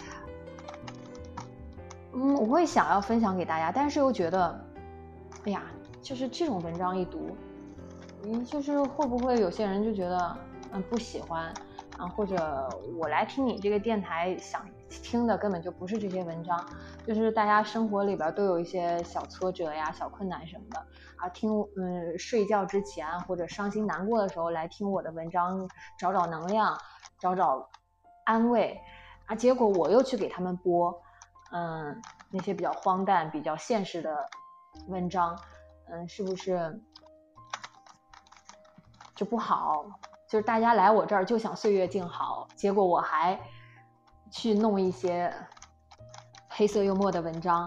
我会想要分享给大家，但是又觉得，哎呀，就是这种文章一读，就是会不会有些人就觉得不喜欢或者我来听你这个电台听的根本就不是这些文章，就是大家生活里边都有一些小挫折呀、小困难什么的啊，睡觉之前或者伤心难过的时候来听我的文章，找找能量，找找安慰啊，结果我又去给他们播那些比较荒诞、比较现实的文章，是不是就不好？就是大家来我这儿就想岁月静好，结果我还去弄一些黑色幽默的文章，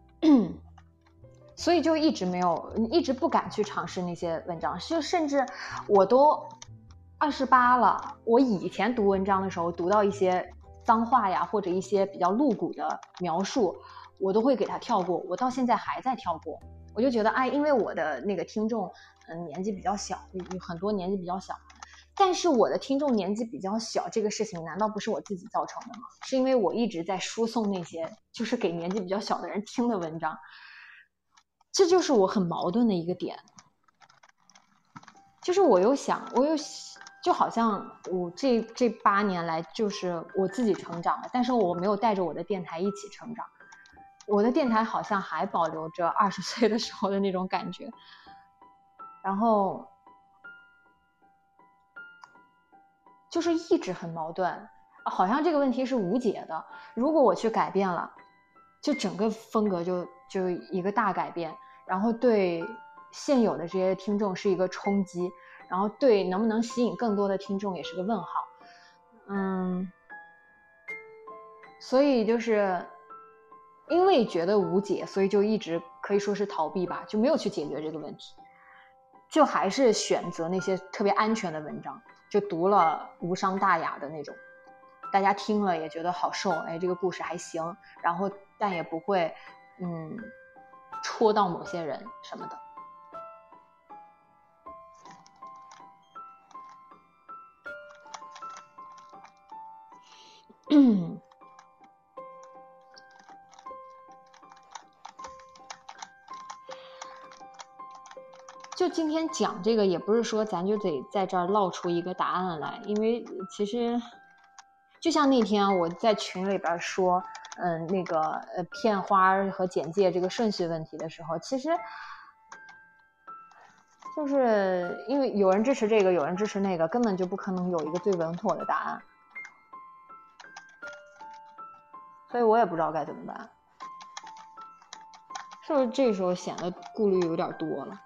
所以就一直不敢去尝试那些文章，就甚至我都28了，我以前读文章的时候读到一些脏话呀或者一些比较露骨的描述，我都会给它跳过，我到现在还在跳过。我就觉得因为我的那个听众年纪比较小，有很多年纪比较小，但是我的听众年纪比较小这个事情难道不是我自己造成的吗？是因为我一直在输送那些就是给年纪比较小的人听的文章，这就是我很矛盾的一个点。就是我又就好像我这8年来就是我自己成长了，但是我没有带着我的电台一起成长，我的电台好像还保留着20岁的时候的那种感觉，然后就是一直很矛盾，好像这个问题是无解的。如果我去改变了，就整个风格就一个大改变，然后对现有的这些听众是一个冲击，然后对能不能吸引更多的听众也是个问号。所以就是因为觉得无解，所以就一直可以说是逃避吧，就没有去解决这个问题，就还是选择那些特别安全的文章，就读了无伤大雅的那种，大家听了也觉得好受，这个故事还行，然后但也不会戳到某些人什么的。就今天讲这个也不是说咱就得在这儿唠出一个答案来，因为其实就像那天我在群里边说那个片花和简介这个顺序问题的时候，其实就是因为有人支持这个有人支持那个，根本就不可能有一个最稳妥的答案，所以我也不知道该怎么办，是不是这时候显得顾虑有点多了，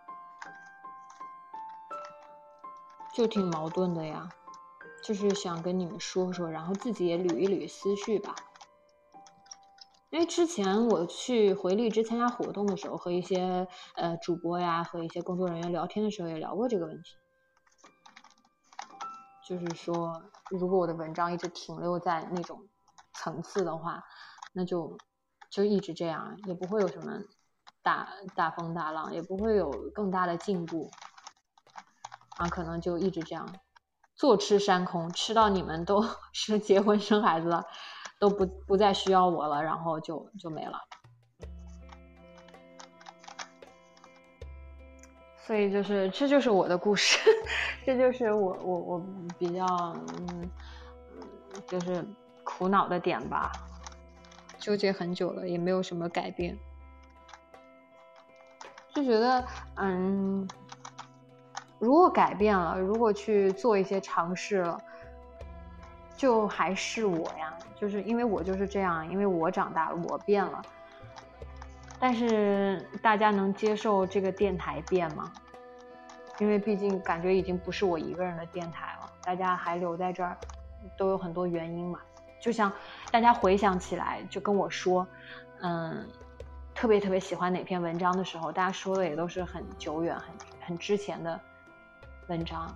就挺矛盾的呀，就是想跟你们说说，然后自己也捋一捋思绪吧。因为之前我去回荔枝参加活动的时候，和一些主播呀和一些工作人员聊天的时候也聊过这个问题，就是说如果我的文章一直停留在那种层次的话，那就一直这样，也不会有什么大风大浪，也不会有更大的进步可能就一直这样坐吃山空，吃到你们都是结婚生孩子了，都不再需要我了，然后就没了。所以这就是我的故事，这就是我比较就是苦恼的点吧，纠结很久了，也没有什么改变，就觉得如果改变了，如果去做一些尝试了，就还是我呀，就是因为我就是这样，因为我长大了，我变了，但是大家能接受这个电台变吗？因为毕竟感觉已经不是我一个人的电台了，大家还留在这儿都有很多原因嘛，就像大家回想起来就跟我说特别特别喜欢哪篇文章的时候，大家说的也都是很久远很之前的文章。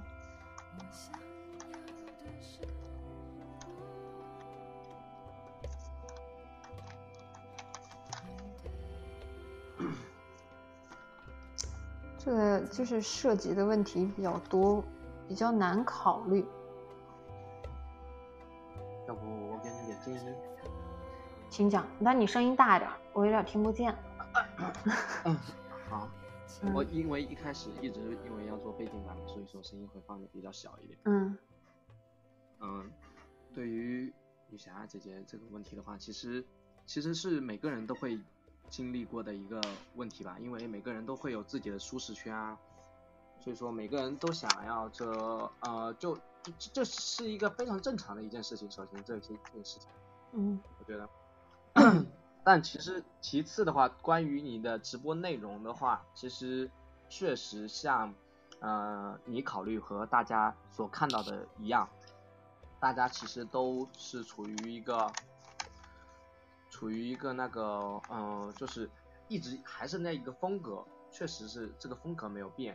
这个就是涉及的问题比较多，比较难考虑。 要不我给你点建议？ 请讲，但你声音大一点，我有点听不见。 好。我因为一开始一直因为要做背景板，所以说声音会放的比较小一点。对于女侠姐姐这个问题的话，其实是每个人都会经历过的一个问题吧，因为每个人都会有自己的舒适圈啊，所以说每个人都想要这是一个非常正常的一件事情。首先这件事情，我觉得，但其次的话，关于你的直播内容的话，其实确实像你考虑和大家所看到的一样，大家其实都是处于一个那个就是一直还是那一个风格，确实是这个风格没有变。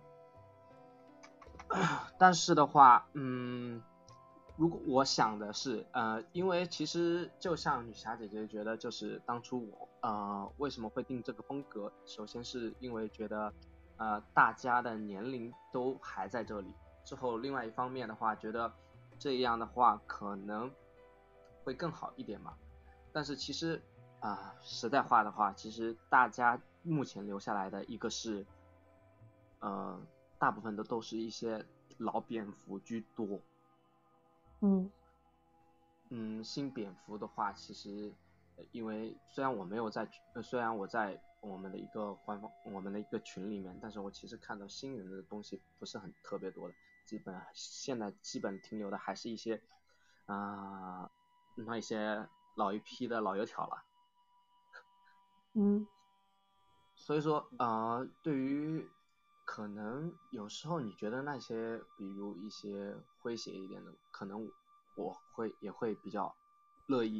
但是的话，如果我想的是，因为其实就像女侠姐姐觉得，就是当初我为什么会定这个风格，首先是因为觉得大家的年龄都还在这里，之后另外一方面的话，觉得这样的话可能会更好一点嘛。但是其实实在话的话，其实大家目前留下来的一个是大部分都是一些老蝙蝠居多。新蝙蝠的话，其实因为虽然我在我们的一个我们的一个群里面，但是我其实看到新人的东西不是很特别多的，现在基本停留的还是一些那一些老一批的老油条了。所以说对于可能有时候你觉得那些比如一些诙谐一点的，可能我也会比较乐意，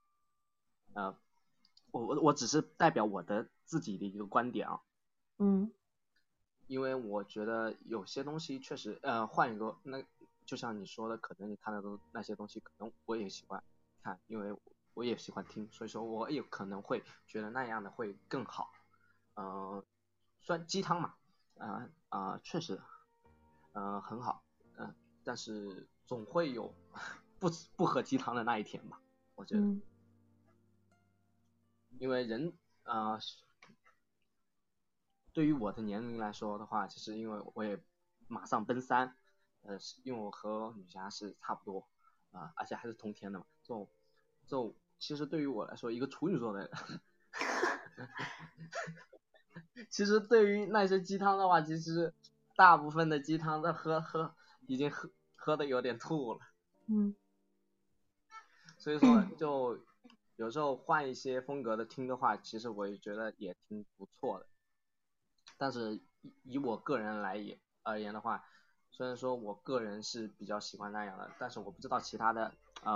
我只是代表我的自己的一个观点啊。因为我觉得有些东西确实换一个，那就像你说的，可能你看到的那些东西可能我也喜欢看，因为我也喜欢听，所以说我也可能会觉得那样的会更好。虽然鸡汤嘛确实很好，但是总会有不喝鸡汤的那一天吧，我觉得。因为人对于我的年龄来说的话，其实因为我也马上奔3，因为我和女侠是差不多而且还是同天的嘛，就其实对于我来说，一个处女座的人其实对于那些鸡汤的话，其实大部分的鸡汤都已经喝的有点吐了。所以说就有时候换一些风格的听的话，其实我也觉得也挺不错的。但是以我个人而言的话，虽然说我个人是比较喜欢那样的，但是我不知道其他的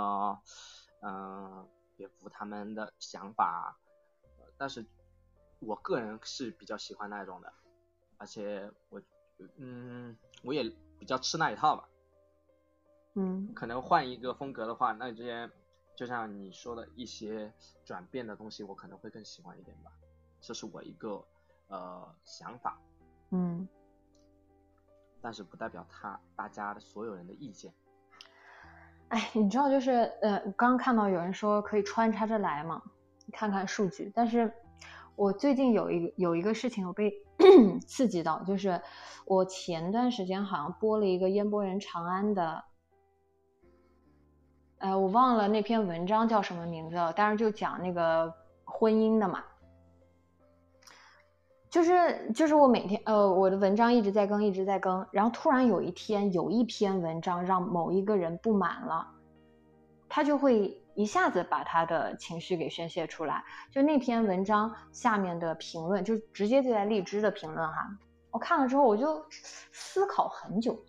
蝙蝠他们的想法，但是我个人是比较喜欢那种的，而且我也比较吃那一套吧。可能换一个风格的话，那这些就像你说的一些转变的东西，我可能会更喜欢一点吧，这是我一个想法。但是不代表大家的所有人的意见。 你知道就是刚看到有人说可以穿插着来嘛，看看数据，但是我最近有一个事情我被刺激到，就是我前段时间好像播了一个烟波人长安的我忘了那篇文章叫什么名字了，但是就讲那个婚姻的嘛。就是我每天我的文章一直在更，然后突然有一天有一篇文章让某一个人不满了，他就会一下子把他的情绪给宣泄出来。就那篇文章下面的评论，就直接就在荔枝的评论哈，我看了之后我就思考很久。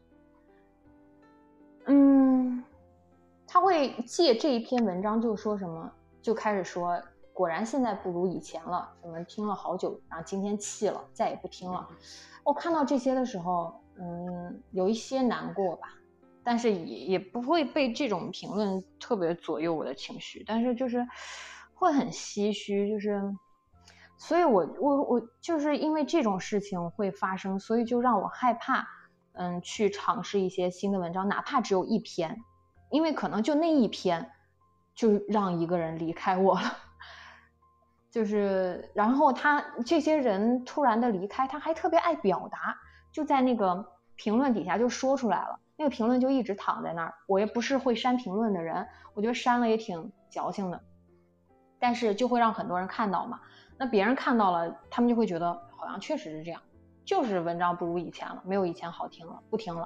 他会借这一篇文章就说什么，就开始说果然现在不如以前了，什么听了好久，然后今天弃了，再也不听了。我看到这些的时候有一些难过吧，但是也不会被这种评论特别左右我的情绪，但是就是会很唏嘘，就是所以我就是因为这种事情会发生，所以就让我害怕去尝试一些新的文章，哪怕只有一篇，因为可能就那一篇就让一个人离开我了。就是然后这些人突然的离开，他还特别爱表达，就在那个评论底下就说出来了， 那个评论就一直躺在那儿。我也不是会删评论的人，我觉得删了也挺矫情的，但是就会让很多人看到嘛。那别人看到了，他们就会觉得好像确实是这样，就是文章不如以前了，没有以前好听了，不听了。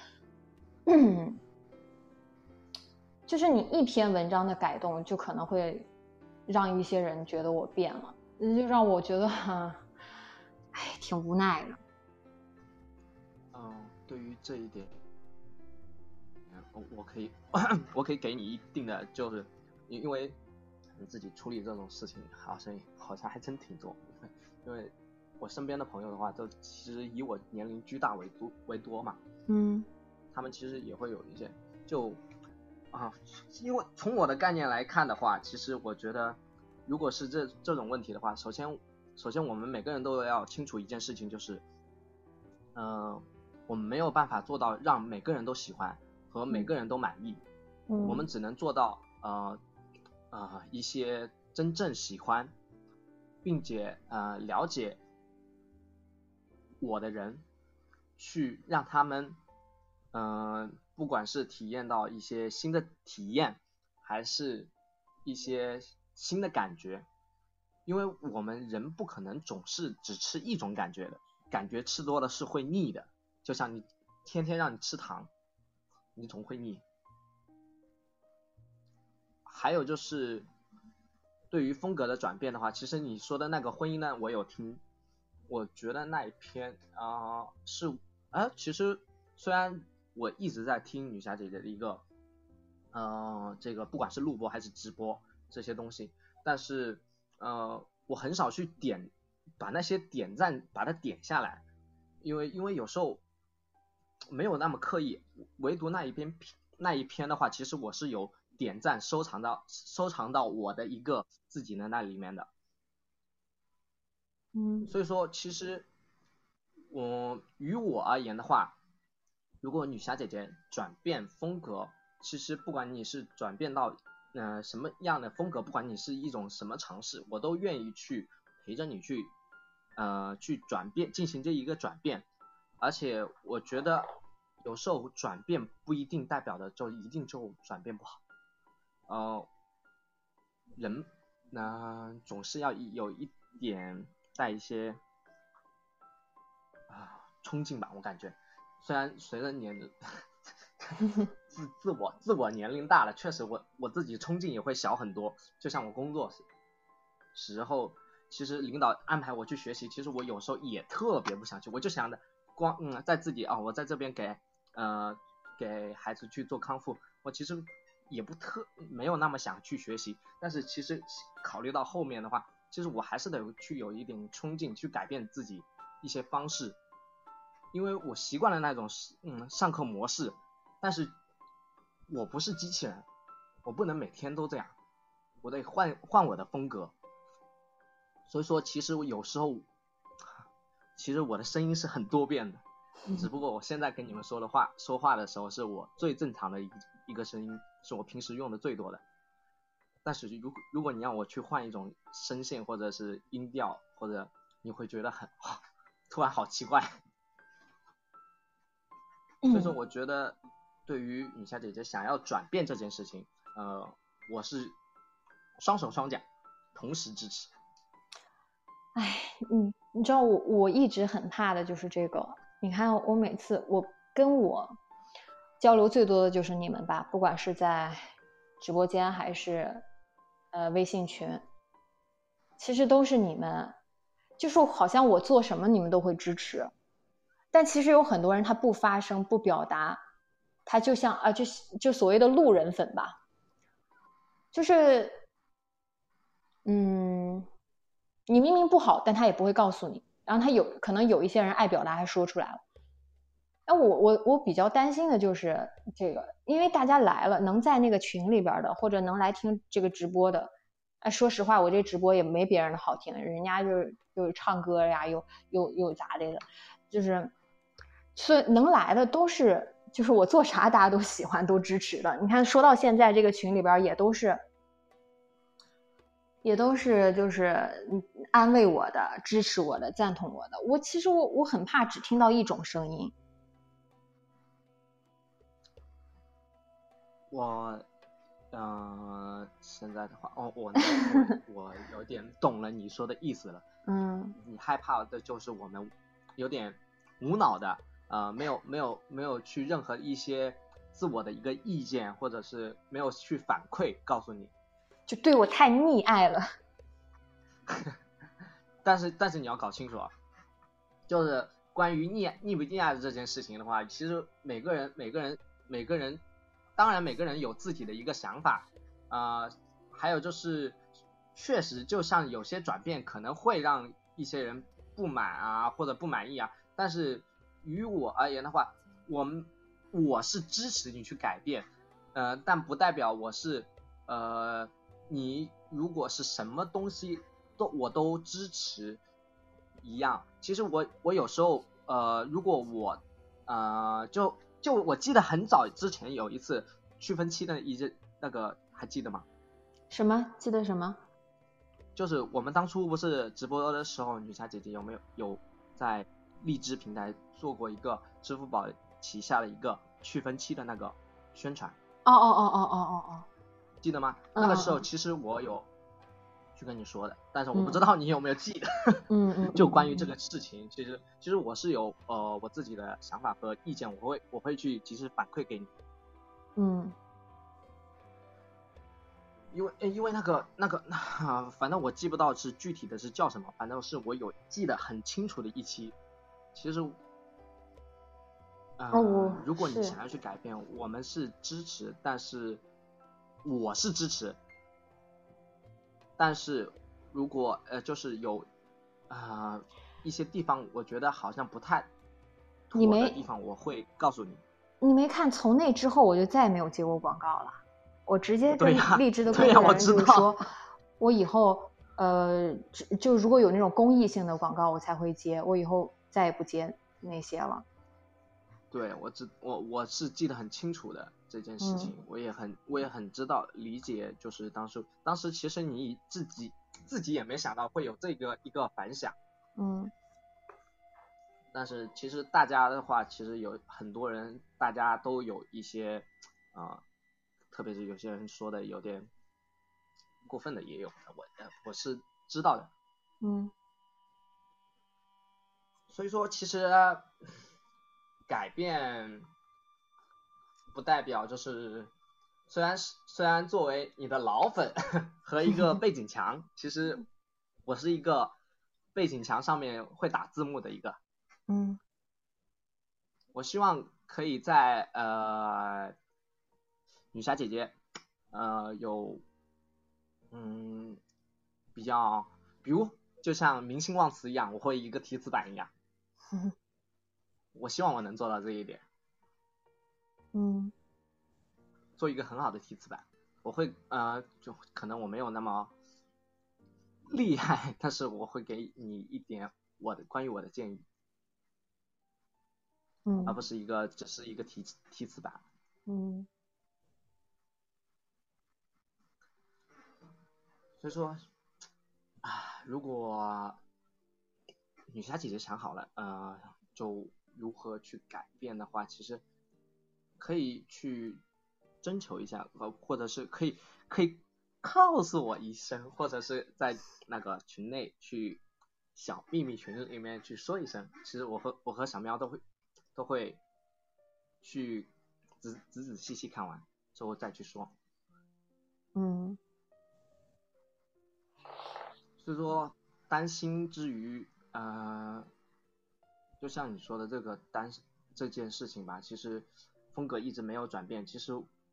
就是你一篇文章的改动，就可能会让一些人觉得我变了，就让我觉得挺无奈的。 对于这一点，我可以给你一定的，就是因为你自己处理这种事情，好像还真挺多。因为我身边的朋友的话，都其实以我年龄居大为多嘛。他们其实也会有一些因为从我的概念来看的话，其实我觉得如果是这种问题的话，首先我们每个人都要清楚一件事情，就是我们没有办法做到让每个人都喜欢和每个人都满意。我们只能做到一些真正喜欢并且了解我的人，去让他们不管是体验到一些新的体验，还是一些新的感觉。因为我们人不可能总是只吃一种感觉的，感觉吃多了是会腻的，就像你天天让你吃糖，你总会腻。还有就是对于风格的转变的话，其实你说的那个婚姻呢，我有听，我觉得那一篇其实虽然我一直在听女侠姐姐的一个这个不管是录播还是直播这些东西，但是我很少去把那些点赞把它点下来，因为有时候没有那么刻意，唯独那一篇的话，其实我是有点赞收藏到我的一个自己的那里面的。所以说其实于我而言的话，如果女侠姐姐转变风格，其实不管你是转变到什么样的风格，不管你是一种什么尝试，我都愿意去陪着你去转变，进行这一个转变。而且我觉得有时候转变不一定代表的就一定就转变不好。人总是要有一点带一些冲劲吧，我感觉。虽然随着年龄自我年龄大了，确实我自己冲劲也会小很多。就像我工作时候，其实领导安排我去学习，其实我有时候也特别不想去，我就想着光在自己我在这边给孩子去做康复，我其实也没有那么想去学习。但是其实考虑到后面的话，其实我还是得去有一点冲劲，去改变自己一些方式。因为我习惯了那种上课模式，但是我不是机器人，我不能每天都这样，我得换我的风格。所以说其实有时候其实我的声音是很多变的，只不过我现在跟你们说话的时候是我最正常的一个声音，是我平时用的最多的。但是如果你让我去换一种声线或者是音调，或者你会觉得突然好奇怪。所以说我觉得对于女侠姐姐想要转变这件事情，我是双手双脚同时支持。 你知道我一直很怕的就是这个。你看我每次我跟我交流最多的就是你们吧，不管是在直播间还是微信群，其实都是你们，就是好像我做什么你们都会支持。但其实有很多人他不发声不表达，他就像就所谓的路人粉吧，就是你明明不好，但他也不会告诉你，然后他可能有一些人爱表达还说出来了。我比较担心的就是这个，因为大家来了，能在那个群里边的或者能来听这个直播的，说实话我这直播也没别人的好听，人家就是唱歌呀，有咋的，就是所以能来的都是就是我做啥大家都喜欢都支持的。你看说到现在这个群里边也都是就是安慰我的，支持我的，赞同我的。其实我很怕只听到一种声音， 我现在的话，我有点懂了你说的意思了。你害怕的就是我们有点无脑的，没有去任何一些自我的一个意见，或者是没有去反馈告诉你， 就对我太溺爱了。 但是你要搞清楚啊，就是关于溺不溺爱的这件事情的话，其实每个人，当然每个人有自己的一个想法，还有就是确实就像有些转变可能会让一些人不满啊或者不满意啊，但是于我而言的话，我是支持你去改变，但不代表我是你如果是什么东西我都支持一样。其实我有时候如果我就我记得很早之前有一次去分期的那个还记得吗？ 什么？记得什么？ 就是我们当初不是直播的时候，女侠姐姐有在荔枝平台做过一个支付宝旗下的一个去分期的那个宣传？ 哦， 记得吗？那个时候其实我有去跟你说的，但是我不知道你有没有记得。就关于这个事情，其实我是有我自己的想法和意见，我会去及时反馈给你。因为那个反正我记不到是具体的是叫什么，反正是我有记得很清楚的一期。其实如果你想要去改变，我们是支持，但是我是支持，但是如果就是有一些地方我觉得好像不太妥的地方，我会告诉你。 你没看从那之后我就再也没有接过广告了，我直接跟荔枝的工作人员就是说，我以后就如果有那种公益性的广告我才会接，我以后再也不接那些了。 对，我是记得很清楚的这件事情，我也很知道理解，就是当时其实你自己也没想到会有这个一个反响。但是其实大家的话，其实有很多人，大家都有一些特别是有些人说的有点过分的也有，我是知道的。所以说其实改变不代表就是虽然作为你的老粉和一个背景墙其实我是一个背景墙上面会打字幕的一个。我希望可以在女侠姐姐有比较，比如就像明星忘词一样，我会一个提词板一样。我希望我能做到这一点。做一个很好的提词板，我会就可能我没有那么厉害，但是我会给你一点关于我的建议。而不是只是一个提词板。所以说如果女侠姐姐想好了就如何去改变的话，其实可以去征求一下，或者是可以告诉我一声，或者是在那个群内去小秘密群里面去说一声。其实我和小喵都会去仔细看完之后再去说。所以说担心之余就像你说的这件事情吧，其实风格一直没有转变，其实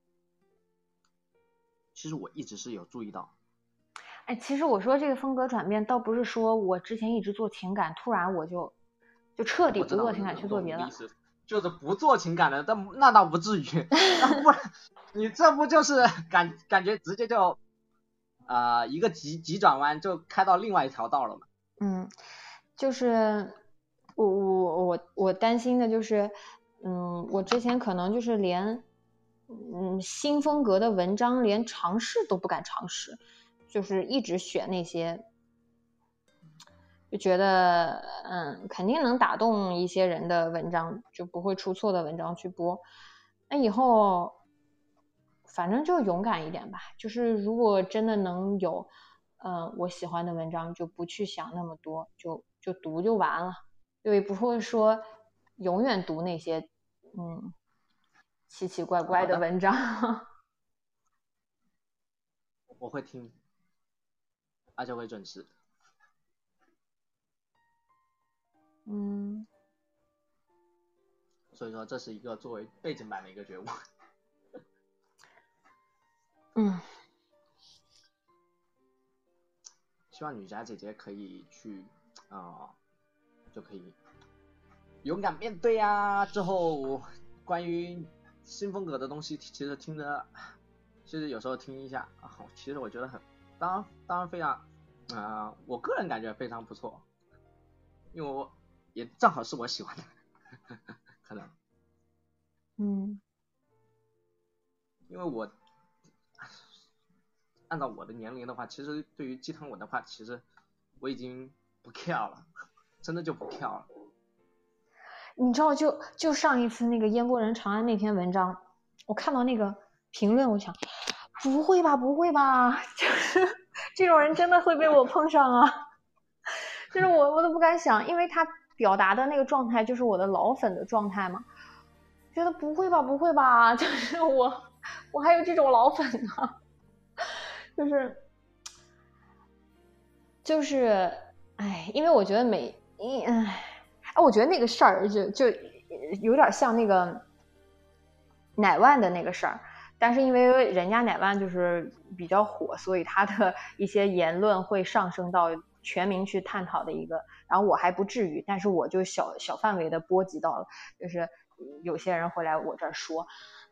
我一直是有注意到。 其实我说这个风格转变倒不是说我之前一直做情感，突然我就彻底不做情感去做别的， 就是不做情感的，那倒不至于。那不然你这不就是感觉直接就一个急转弯就开到另外一条道了嘛。 就是我担心的就是我之前可能就是连新风格的文章连尝试都不敢尝试，就是一直选那些就觉得肯定能打动一些人的文章，就不会出错的文章去播。那以后反正就勇敢一点吧。就是如果真的能有我喜欢的文章，就不去想那么多，就读就完了，对，不会说永远读那些奇奇怪怪的文章。 我会听，而且会准时。所以说这是一个作为背景板的一个觉悟。希望女侠姐姐可以去就可以勇敢面对啊。之后关于新风格的东西，其实听着，其实有时候听一下其实我觉得当然非常我个人感觉非常不错，因为我也正好是我喜欢的。可能因为我按照我的年龄的话，其实对于鸡汤文的话，其实我已经不 care 了，真的就不 care 了。 你知道就上一次那个燕国人长安那篇文章，我看到那个评论，我想不会吧，就是这种人真的会被我碰上啊。就是我都不敢想，因为他表达的那个状态就是我的老粉的状态嘛，觉得不会吧，就是我还有这种老粉呢。就是因为我觉得我觉得那个事儿就有点像那个乃万的那个事儿，但是因为人家乃万就是比较火，所以他的一些言论会上升到全民去探讨的一个，然后我还不至于，但是我就小范围的波及到了，就是有些人会来我这儿说，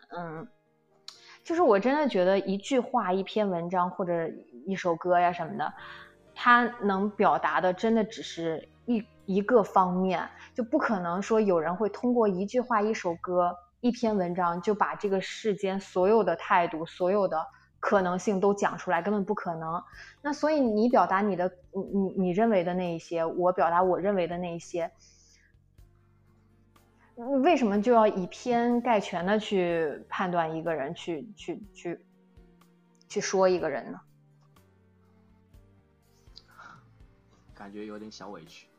就是我真的觉得一句话、一篇文章或者一首歌呀什么的，它能表达的真的只是一个方面，就不可能说有人会通过一句话、一首歌、一篇文章就把这个世间所有的态度、所有的可能性都讲出来，根本不可能。那所以你表达你认为的那一些，我表达我认为的那一些，为什么就要以偏概全的去判断一个人，去说一个人呢？ 感觉有点小委屈。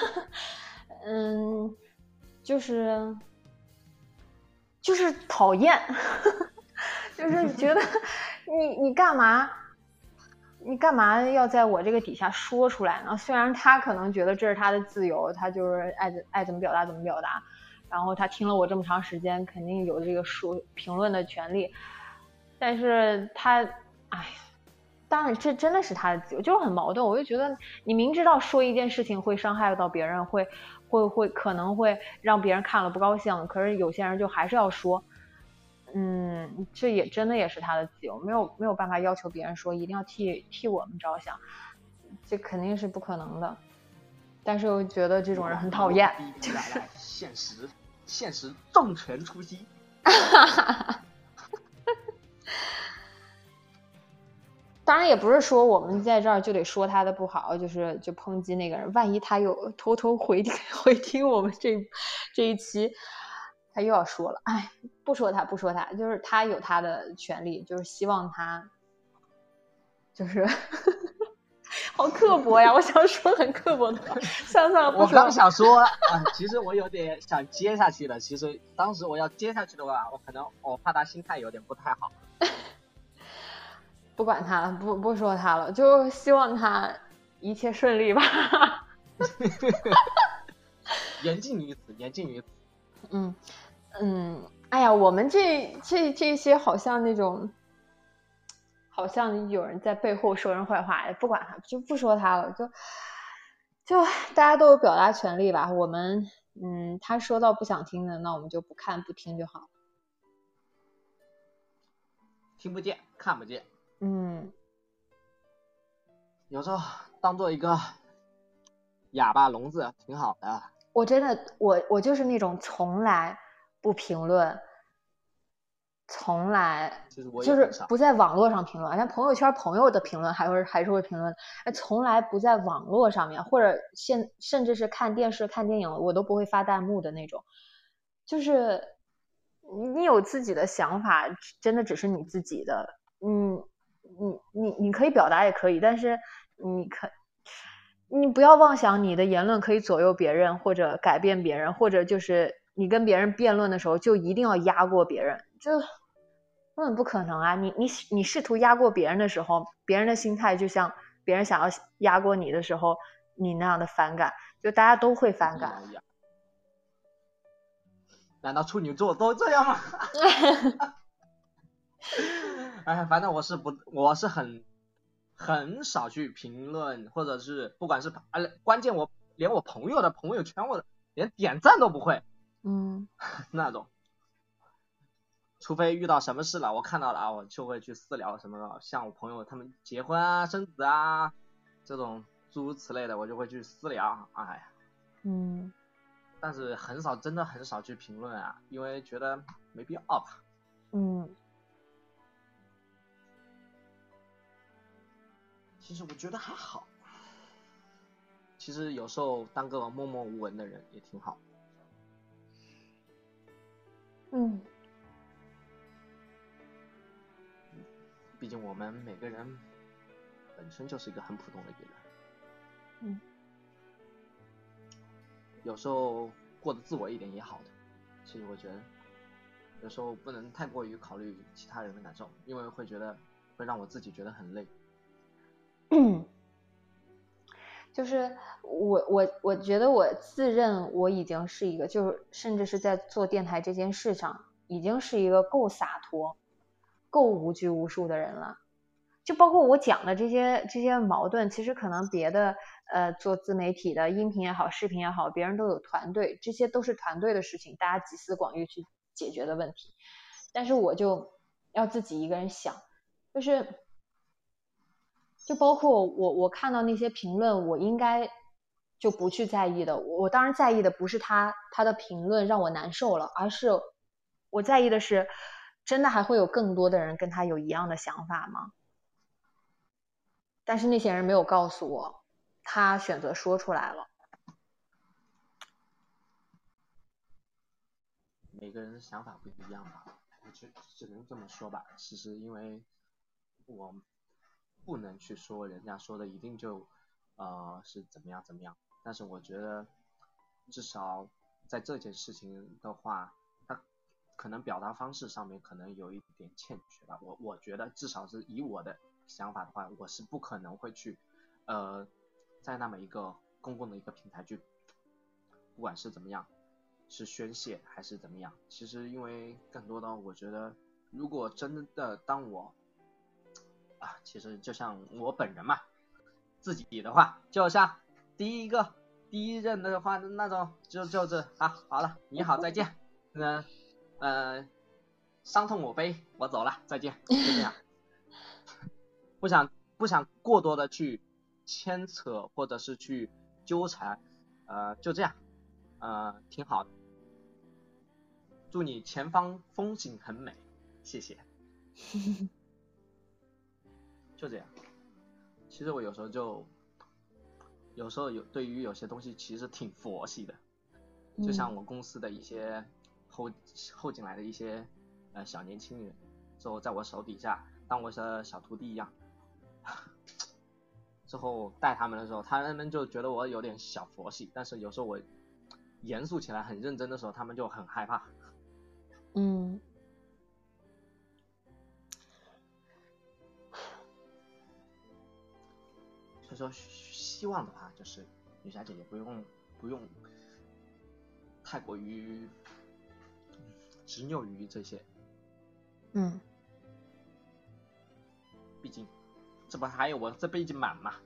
就是讨厌。就是觉得你干嘛要在我这个底下说出来呢？虽然他可能觉得这是他的自由，他就是爱怎么表达怎么表达，然后他听了我这么长时间，肯定有这个评论的权利，但是他当然这真的是他的自由，就是很矛盾。我就觉得你明知道说一件事情会伤害到别人，会可能会让别人看了不高兴，可是有些人就还是要说，这也真的也是他的自由，没有办法要求别人说一定要替我们着想，这肯定是不可能的。但是我觉得这种人很讨厌，就是现实重拳出击。 当然也不是说我们在这儿就得说他的不好，就抨击那个人，万一他有偷偷回听我们这一期，他又要说了，不说他，就是他有他的权利，就是希望他就是好刻薄呀，我想说很刻薄的话，算了不说。 我刚想说其实我有点想接下去的，其实当时我要接下去的话，我怕他心态有点不太好。 不管他了，不说他了，就希望他一切顺利吧。 言尽于此。 哎呀，我们这些好像那种，好像有人在背后说人坏话，不管他，就不说他了，就大家都有表达权利吧。我们他说到不想听的，那我们就不看不听就好。 听不见看不见。有时候当做一个哑巴聋子挺好的。 我真的我就是那种从来不评论，从来就是不在网络上评论，但朋友圈朋友的评论还是会评论，从来不在网络上面，或者甚至是看电视看电影我都不会发弹幕的那种。就是你有自己的想法，真的只是你自己的。你可以表达也可以，但是你不要妄想你的言论可以左右别人或者改变别人，或者就是你跟别人辩论的时候就一定要压过别人，这根本不可能啊！你试图压过别人的时候，别人的心态就像别人想要压过你的时候你那样的反感，就大家都会反感。 难道处女座都这样吗？哎，反正我是很少去评论，或者是不管是关键我连我朋友的朋友圈我连点赞都不会，那种，除非遇到什么事了，我看到了啊，我就会去私聊什么的，像我朋友他们结婚啊、生子啊这种诸如此类的，我就会去私聊。哎呀，但是真的很少去评论啊，因为觉得没必要吧。其实我觉得还好，其实有时候当个默默无闻的人也挺好。毕竟我们每个人本身就是一个很普通的一个人。有时候过得自我一点也好的。其实我觉得有时候不能太过于考虑其他人的感受，因为会让我自己觉得很累。 就是我觉得我自认我已经是一个，就是甚至是在做电台这件事上已经是一个够洒脱够无拘无束的人了。就包括我讲的这些矛盾，其实可能别的做自媒体的音频也好视频也好，别人都有团队，这些都是团队的事情，大家集思广益去解决的问题，但是我就要自己一个人想，就包括我看到那些评论，我应该就不去在意的。我当然在意的不是他的评论让我难受了，而是我在意的是真的还会有更多的人跟他有一样的想法吗？但是那些人没有告诉我，他选择说出来了。 每个人的想法不一样吧，我只能这么说吧。其实因为我不能去说人家说的一定就是怎么样，但是我觉得至少在这件事情的话，他可能表达方式上面可能有一点欠缺吧。我觉得至少是以我的想法的话，我是不可能会去在那么一个公共的一个平台去，不管是怎么样，是宣泄还是怎么样。其实因为更多的我觉得，如果真的当我其实就像我本人嘛，自己的话就像第一任的话那种就是好了，你好再见，伤痛我背，我走了，再见，就这样。不想过多的去牵扯或者是去纠缠，就这样，挺好的。祝你前方风景很美，谢谢。就这样。其实我有时候对于有些东西其实挺佛系的，就像我公司的一些后进来的一些小年轻人，之后在我手底下当我的小徒弟一样，之后带他们的时候，他们就觉得我有点小佛系，但是有时候我严肃起来很认真的时候，他们就很害怕。所以说希望的话就是女侠姐姐不用太过于执拗于这些。毕竟这不还有我这辈子满嘛。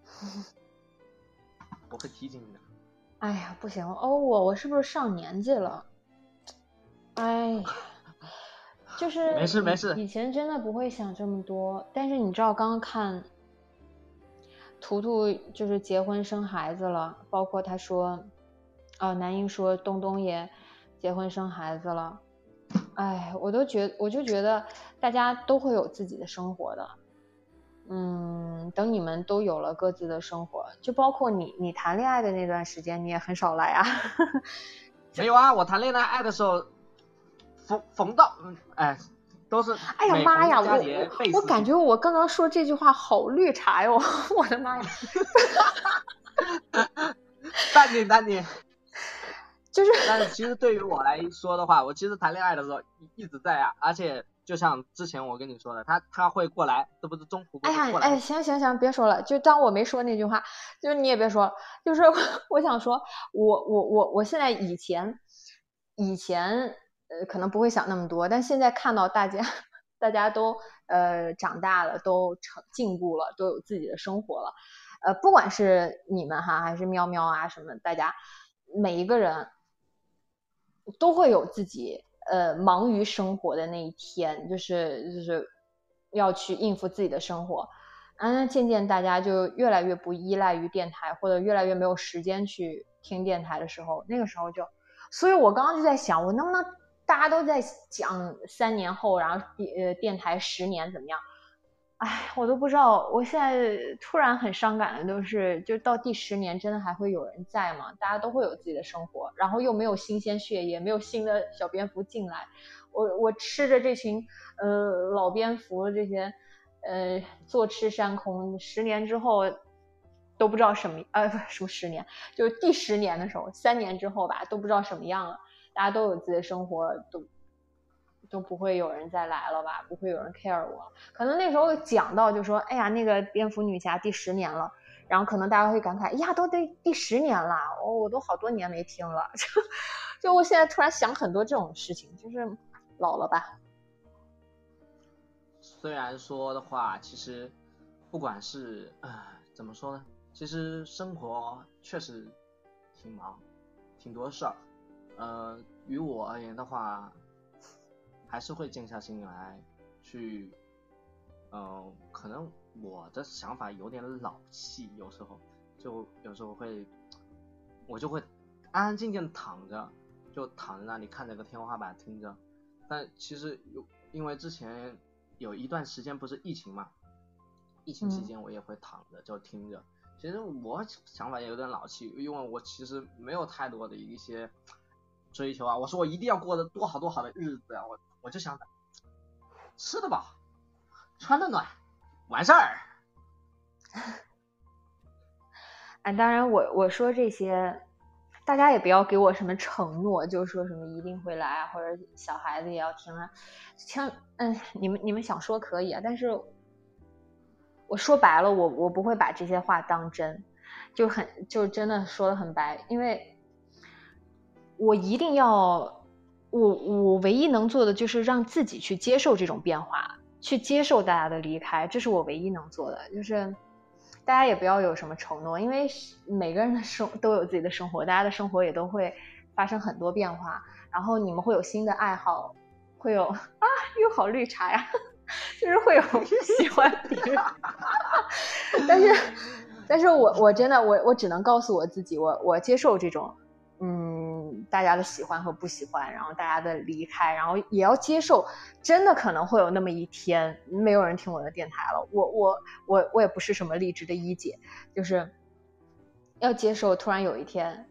我会提醒你的。 哎呀，不行，我是不是上年纪了？哎呀，就是没事。 以前真的不会想这么多，但是你知道，刚刚看图图就是结婚生孩子了，包括他说，南英说东东也结婚生孩子了，哎，我就觉得大家都会有自己的生活的。等你们都有了各自的生活，就包括你谈恋爱的那段时间，你也很少来啊。 没有啊，我谈恋爱的时候缝到都是。 哎呀妈呀，我感觉我刚刚说这句话好绿茶哟，我的妈呀！ 淡定。 就是， 但是其实对于我来说的话，我其实谈恋爱的时候一直在啊，而且就像之前我跟你说的，他会过来，这不是中途过来。 行，别说了，就当我没说那句话，就是你也别说，就是我想说，我现在以前可能不会想那么多，但现在看到大家都长大了，都进步了，都有自己的生活了，不管是你们哈还是喵喵啊什么，大家每一个人都会有自己忙于生活的那一天，就是要去应付自己的生活。渐渐大家就越来越不依赖于电台，或者越来越没有时间去听电台的时候，那个时候所以我刚刚就在想，我能不能大家都在讲3年后，然后电台10年怎么样？哎，我都不知道，我现在突然很伤感的就到第10年真的还会有人在吗？大家都会有自己的生活，然后又没有新鲜血液，没有新的小蝙蝠进来，我吃着这群老蝙蝠这些坐吃山空，10年之后都不知道什么什么10年，就是第10年的时候，3年之后吧，都不知道什么样了，大家都有自己的生活，都不会有人再来了吧，不会有人 care 我，可能那时候讲到就说，哎呀，那个蝙蝠女侠第10年了，然后可能大家会感慨，呀，都得第10年了，我都好多年没听了，就我现在突然想很多这种事情，就是老了吧。 虽然说的话，其实不管是怎么说呢，其实生活确实挺忙，挺多事儿。于我而言的话，还是会静下心来去，可能我的想法有点老气，有时候我就会安安静静躺着，就躺在那里看着个天花板听着。但其实因为之前有一段时间不是疫情嘛，疫情期间我也会躺着就听着。其实我想法也有点老气，因为我其实没有太多的一些追求啊。我说我一定要过得多好的日子啊，我就想着吃得饱，穿得暖，完事儿。 当然我说这些，大家也不要给我什么承诺，就是说什么一定会来啊，或者小孩子也要听啊。你们想说可以啊，但是我说白了，我不会把这些话当真，就真的说得很白，因为我一定要，我唯一能做的就是让自己去接受这种变化，去接受大家的离开，这是我唯一能做的，就是大家也不要有什么承诺，因为每个人的都有自己的生活，大家的生活也都会发生很多变化，然后你们会有新的爱好，会有又好绿茶呀，就是会有喜欢别人，但是我真的我只能告诉我自己，我接受这种大家的喜欢和不喜欢，然后大家的离开，然后也要接受真的可能会有那么一天没有人听我的电台了，我也不是什么励志的一姐，就是要接受突然有一天，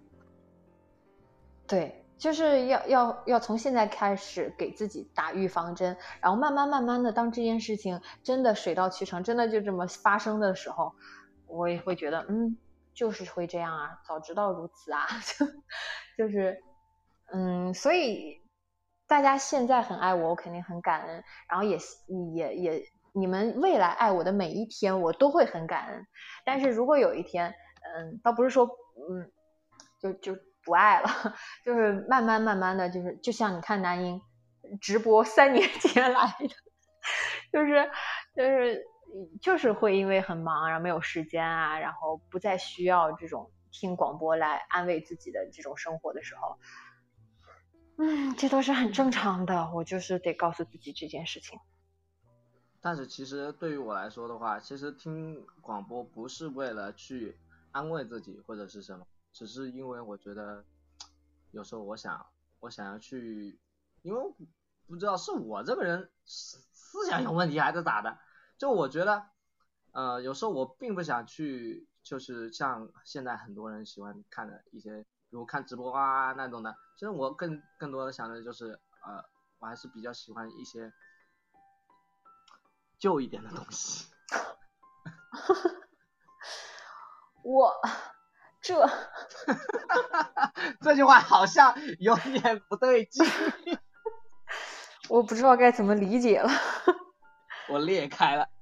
对，就是要从现在开始给自己打预防针，然后慢慢的当这件事情真的水到渠成，真的就这么发生的时候，我也会觉得就是会这样啊，早知道如此啊，就是所以大家现在很爱我，我肯定很感恩，然后也你们未来爱我的每一天，我都会很感恩。但是如果有一天，倒不是说就不爱了，就是慢慢的，就像你看南音直播3年前来的，就是会因为很忙，然后没有时间啊，然后不再需要这种听广播来安慰自己的这种生活的时候，这都是很正常的，我就是得告诉自己这件事情。 但是其实对于我来说的话，其实听广播不是为了去安慰自己或者是什么，只是因为我觉得有时候我想要去，因为不知道是我这个人思想有问题还是咋的，就我觉得有时候我并不想去，就是像现在很多人喜欢看的一些比如看直播啊那种的，其实我更多的想的就是我还是比较喜欢一些旧一点的东西。这句话好像有点不对劲。 我不知道该怎么理解了。 我裂开了。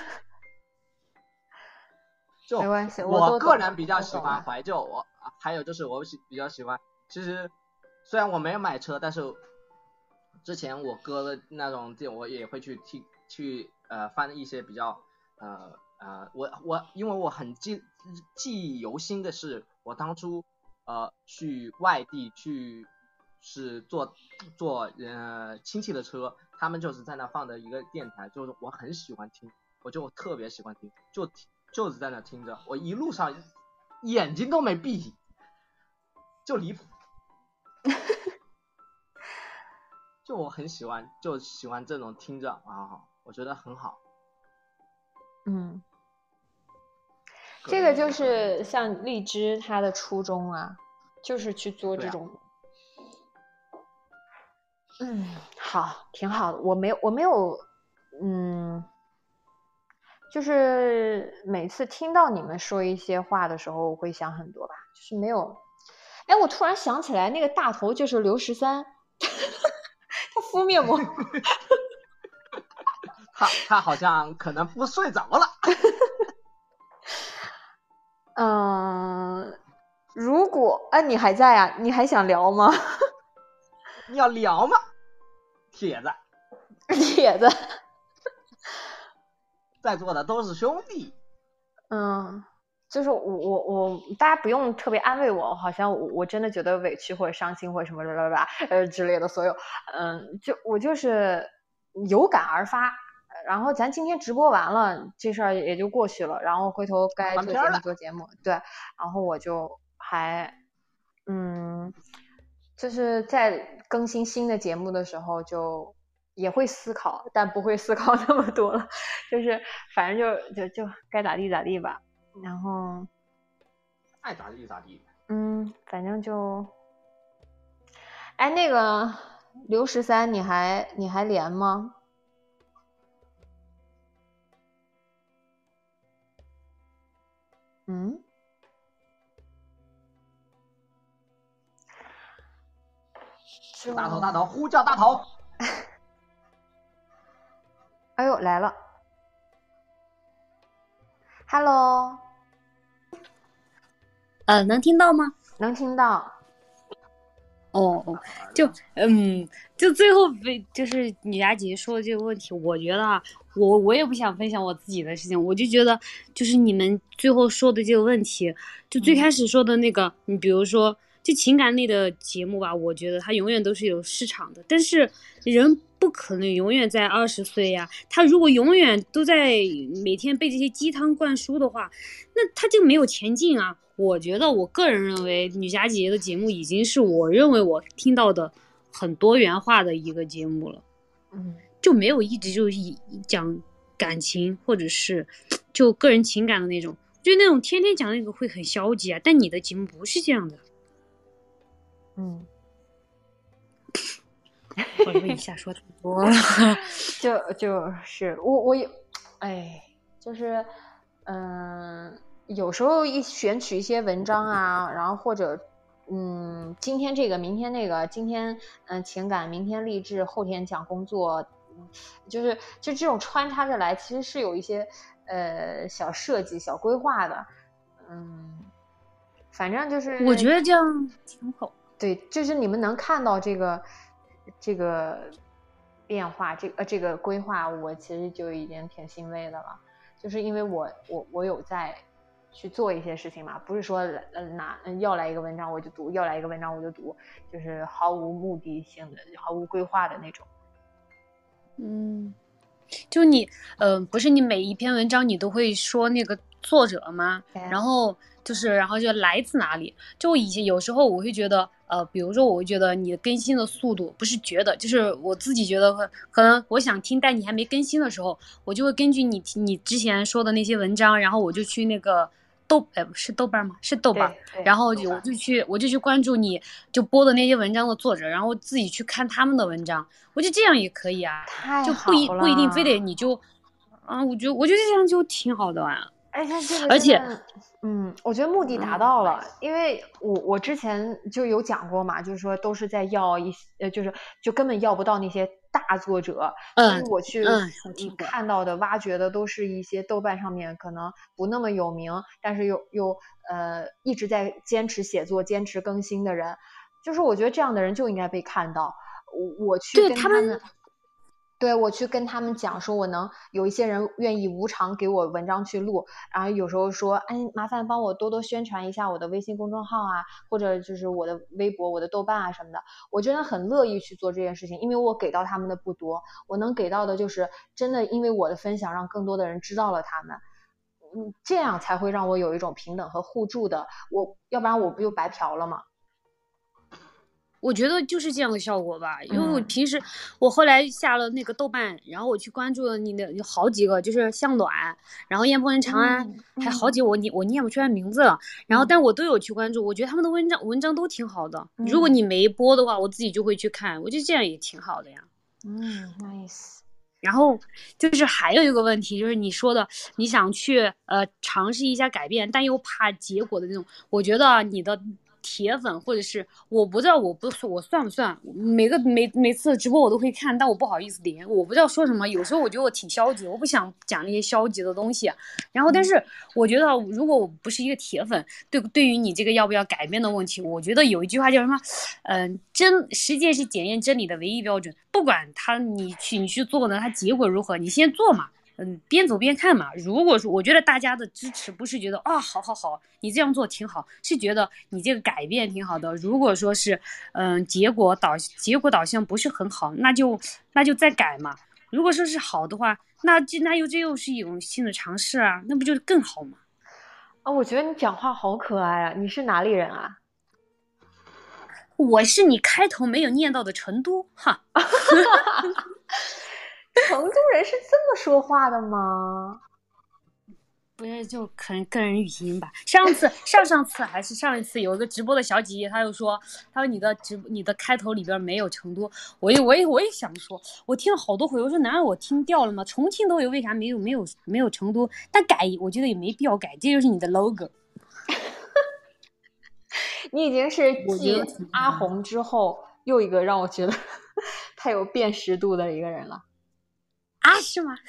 就没关系， 我个人比较喜欢怀旧，还有就是我比较喜欢，其实虽然我没有买车，但是之前我哥的那种店我也会去翻一些比较我因为我很记忆犹新的是，我当初去外地去是坐亲戚的车，他们就是在那放的一个电台，就是我很喜欢听，我就特别喜欢听，就是在那听着，我一路上眼睛都没闭，就离谱。就我很喜欢，就喜欢这种听着啊，我觉得很好。 这个就是像荔枝它的初衷啊，就是去做这种。好，挺好的。我没有，就是每次听到你们说一些话的时候，我会想很多吧，就是没有。哎，我突然想起来，那个大头就是刘13，他敷面膜。 他好像可能不睡着了。 如果你还在啊，你还想聊吗？ 你要聊吗？铁子，在座的都是兄弟。 就是我大家不用特别安慰我，好像我真的觉得委屈或者伤心或者什么之类的所有，我就是有感而发。然后咱今天直播完了，这事儿也就过去了，然后回头该做节目，对，然后我就还就是在更新新的节目的时候就也会思考，但不会思考那么多了，就是反正就该咋地咋地吧，然后爱咋地咋地。 反正就那个刘13你还连吗？ 大头呼叫大头。 哎呦来了 ，Hello， 能听到吗？ 能听到。 就最后就是女婭姐说的这个问题，我觉得啊，我也不想分享我自己的事情，我就觉得就是你们最后说的这个问题，就最开始说的那个，你比如说就情感类的节目吧，我觉得它永远都是有市场的，但是人不可能永远在20岁呀，他如果永远都在每天被这些鸡汤灌输的话，那他就没有前进啊。我觉得我个人认为女侠姐姐的节目已经是我认为我听到的很多元化的一个节目了，就没有一直就讲感情或者是就个人情感的那种，我觉得那种天天讲那个会很消极啊，但你的节目不是这样的。我问一下说太多了。 就是我也就是有时候选取一些文章啊，然后或者今天这个明天那个，今天情感，明天励志，后天讲工作，就这种穿插着来，其实是有一些小设计小规划的。反正就是我觉得这样挺好。 对，就是你们能看到这个变化，这个规划，我其实就已经挺欣慰的了。就是因为我有在去做一些事情嘛，不是说要来一个文章我就读，要来一个文章我就读，就是毫无目的性的、毫无规划的那种。 就你不是你每一篇文章你都会说那个作者吗？然后就来自哪里？就以前有时候我会觉得比如说我会觉得你的更新的速度，不是觉得，就是我自己觉得可能我想听，但你还没更新的时候，我就会根据你之前说的那些文章，然后我就去那个是豆瓣吗？是豆瓣。 对， 然后我就去关注你就播的那些文章的作者，然后自己去看他们的文章，我觉得这样也可以啊，就不一定非得你就啊，我觉得这样就挺好的啊。 哎，像这个， 而且， 我觉得目的达到了，因为我之前就有讲过嘛，就是说都是在要一些，就根本要不到那些大作者，所以我去看到的、挖掘的都是一些豆瓣上面可能不那么有名，但是又一直在坚持写作、坚持更新的人，就是我觉得这样的人就应该被看到。我去跟他们。对，我去跟他们讲说，我能有一些人愿意无偿给我文章去录，然后有时候说，哎，麻烦帮我多多宣传一下我的微信公众号啊，或者就是我的微博、我的豆瓣啊什么的，我真的很乐意去做这件事情，因为我给到他们的不多，我能给到的就是真的，因为我的分享让更多的人知道了他们，这样才会让我有一种平等和互助的，要不然我不就白嫖了吗？ 我觉得就是这样的效果吧，因为我平时我后来下了那个豆瓣，然后我去关注了你的有好几个，就是向暖，然后燕泊人长安，还好几个我念不出来名字了，然后但我都有去关注，我觉得他们的文章都挺好的。如果你没播的话，我自己就会去看，我觉得这样也挺好的呀。 nice。 然后就是还有一个问题，就是你说的你想去尝试一下改变，但又怕结果的那种，我觉得你的铁粉或者是我不知道我算不算每次直播我都会看，但我不好意思连，我不知道说什么，有时候我觉得我挺消极，我不想讲那些消极的东西，然后但是我觉得如果我不是一个铁粉，对于你这个要不要改变的问题，我觉得有一句话叫什么实践是检验真理的唯一标准，不管你去做呢，它结果如何，你先做嘛，边走边看嘛。如果说我觉得大家的支持不是觉得好，你这样做挺好，是觉得你这个改变挺好的。如果说是结果导向不是很好，那就再改嘛。如果说是好的话，那这又是一种新的尝试啊，那不就更好吗？ 我觉得你讲话好可爱啊！你是哪里人啊？ 我是你开头没有念到的成都哈。 成都人是这么说话的吗？ 不是，就可能个人语音吧。上次还是上一次，有一个直播的小姐姐，她就说你的开头里边没有成都，我也想说，我听了好多回，我说难道我听掉了吗？重庆都有，为啥没有成都？但改，我觉得也没必要改，这就是你的 logo。 你已经是继阿红之后又一个让我觉得太有辨识度的一个人了。 啊，是吗？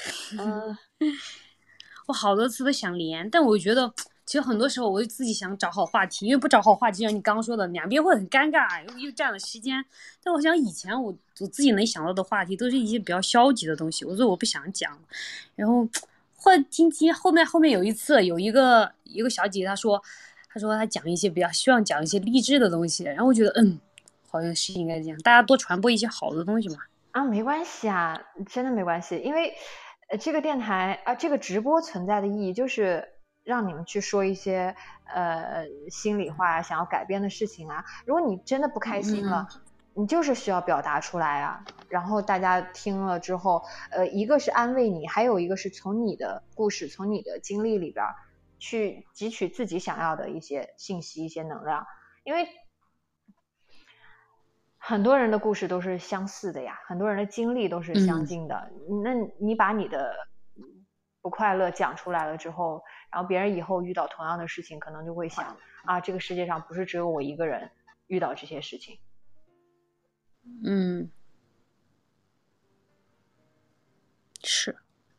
我好多次都想连，但我觉得其实很多时候我就自己想找好话题，因为不找好话题，像你刚刚说的，两边会很尴尬，又占了时间。但我想以前我自己能想到的话题都是一些比较消极的东西，我说我不想讲。然后后面有一次有一个小姐姐她说她讲一些比较希望讲一些励志的东西，然后我觉得好像是应该这样，大家多传播一些好的东西嘛。 没关系啊，真的没关系，因为这个电台这个直播存在的意义就是让你们去说一些心里话，想要改变的事情啊。如果你真的不开心了，你就是需要表达出来啊。然后大家听了之后，一个是安慰你，还有一个是从你的故事、从你的经历里边去汲取自己想要的一些信息、一些能量，因为很多人的故事都是相似的呀，很多人的经历都是相近的。那你把你的不快乐讲出来了之后，然后别人以后遇到同样的事情，可能就会想这个世界上不是只有我一个人遇到这些事情。 是。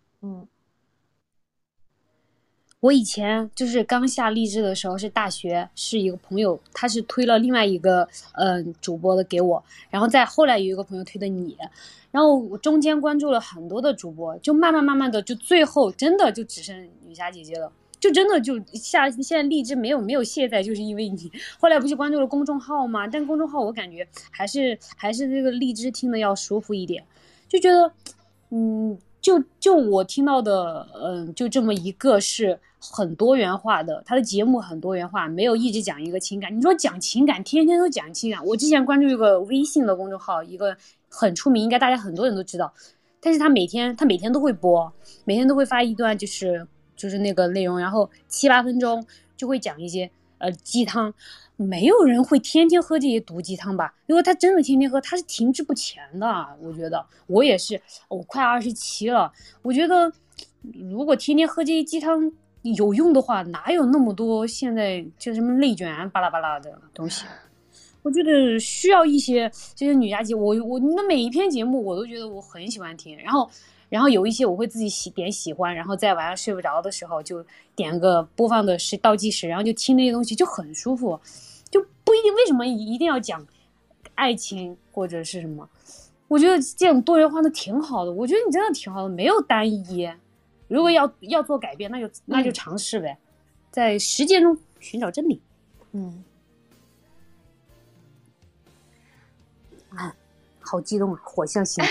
我以前就是刚下励志的时候，是大学，是一个朋友，他是推了另外一个主播的给我，然后再后来有一个朋友推的你，然后我中间关注了很多的主播，就慢慢的，就最后真的就只剩女侠姐姐了，就真的就现在励志没有卸载，就是因为你后来不是关注了公众号吗？但公众号我感觉还是这个励志听的要舒服一点，就觉得就我听到的就这么一个是很多元化的，他的节目很多元化，没有一直讲一个情感。你说讲情感，天天都讲情感。我之前关注一个微信的公众号，一个很出名，应该大家很多人都知道，但是他每天都会播，每天都会发一段就是那个内容，然后7-8分钟， 就会讲一些鸡汤，没有人会天天喝这些毒鸡汤吧？如果他真的天天喝，他是停滞不前的。我觉得我也是，我快27了，我觉得如果天天喝这些鸡汤有用的话，哪有那么多现在就什么内卷巴拉巴拉的东西？我觉得需要一些这些女家节，我那每一篇节目我都觉得我很喜欢听，然后有一些我会自己点喜欢，然后在晚上睡不着的时候就点个播放的倒计时，然后就听那些东西就很舒服，就不一定为什么一定要讲爱情或者是什么，我觉得这种多元化的挺好的，我觉得你真的挺好的，没有单一。如果要做改变，那就尝试呗，在实践中寻找真理。好激动啊，火象星。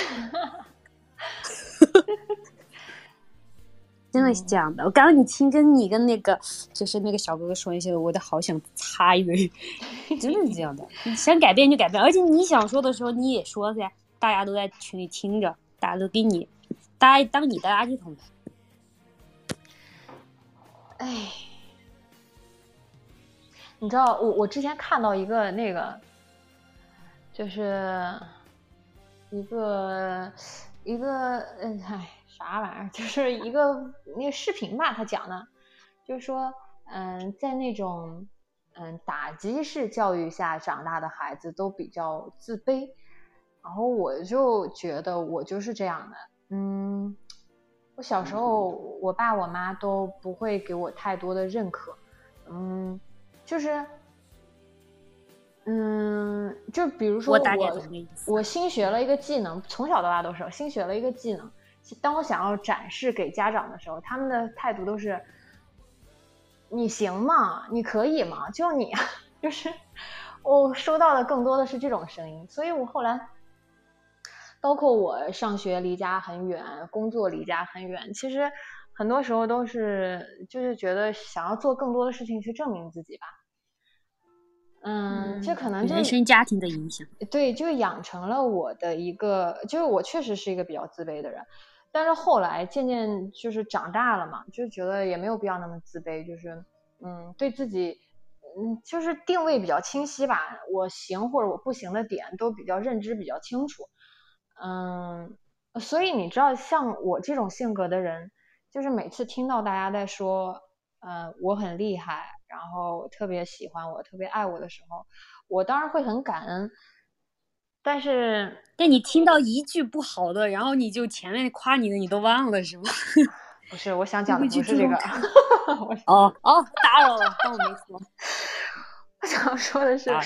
真的是这样的。我刚刚你跟那个就是那个小哥哥说那些，我都好想插一句，真的是这样的。你想改变就改变，而且你想说的时候你也说噻，大家都在群里听着，大家都给你，大家当你的垃圾桶。 哎，你知道我之前看到一个那个，就是一个啥玩意儿，就是一个那个视频吧，他讲的，就是说在那种打击式教育下长大的孩子都比较自卑，然后我就觉得我就是这样的。我小时候我爸我妈都不会给我太多的认可，就是就比如说我新学了一个技能，从小到大都是新学了一个技能，当我想要展示给家长的时候，他们的态度都是你行吗？你可以吗？就你就是我收到的更多的是这种声音，所以我后来包括我上学离家很远，工作离家很远，其实很多时候都是就是觉得想要做更多的事情去证明自己吧。这可能原生家庭的影响， 对，就养成了我的一个，就是我确实是一个比较自卑的人，但是后来渐渐就是长大了嘛，就觉得也没有必要那么自卑，就是对自己就是定位比较清晰吧，我行或者我不行的点都比较认知比较清楚。所以你知道像我这种性格的人，就是每次听到大家在说我很厉害，然后特别喜欢我特别爱我的时候，我当然会很感恩，但你听到一句不好的，然后你就前面夸你的你都忘了是吗？ 不是，我想讲的不是这个。 打扰了，当我没说。 我想说的是，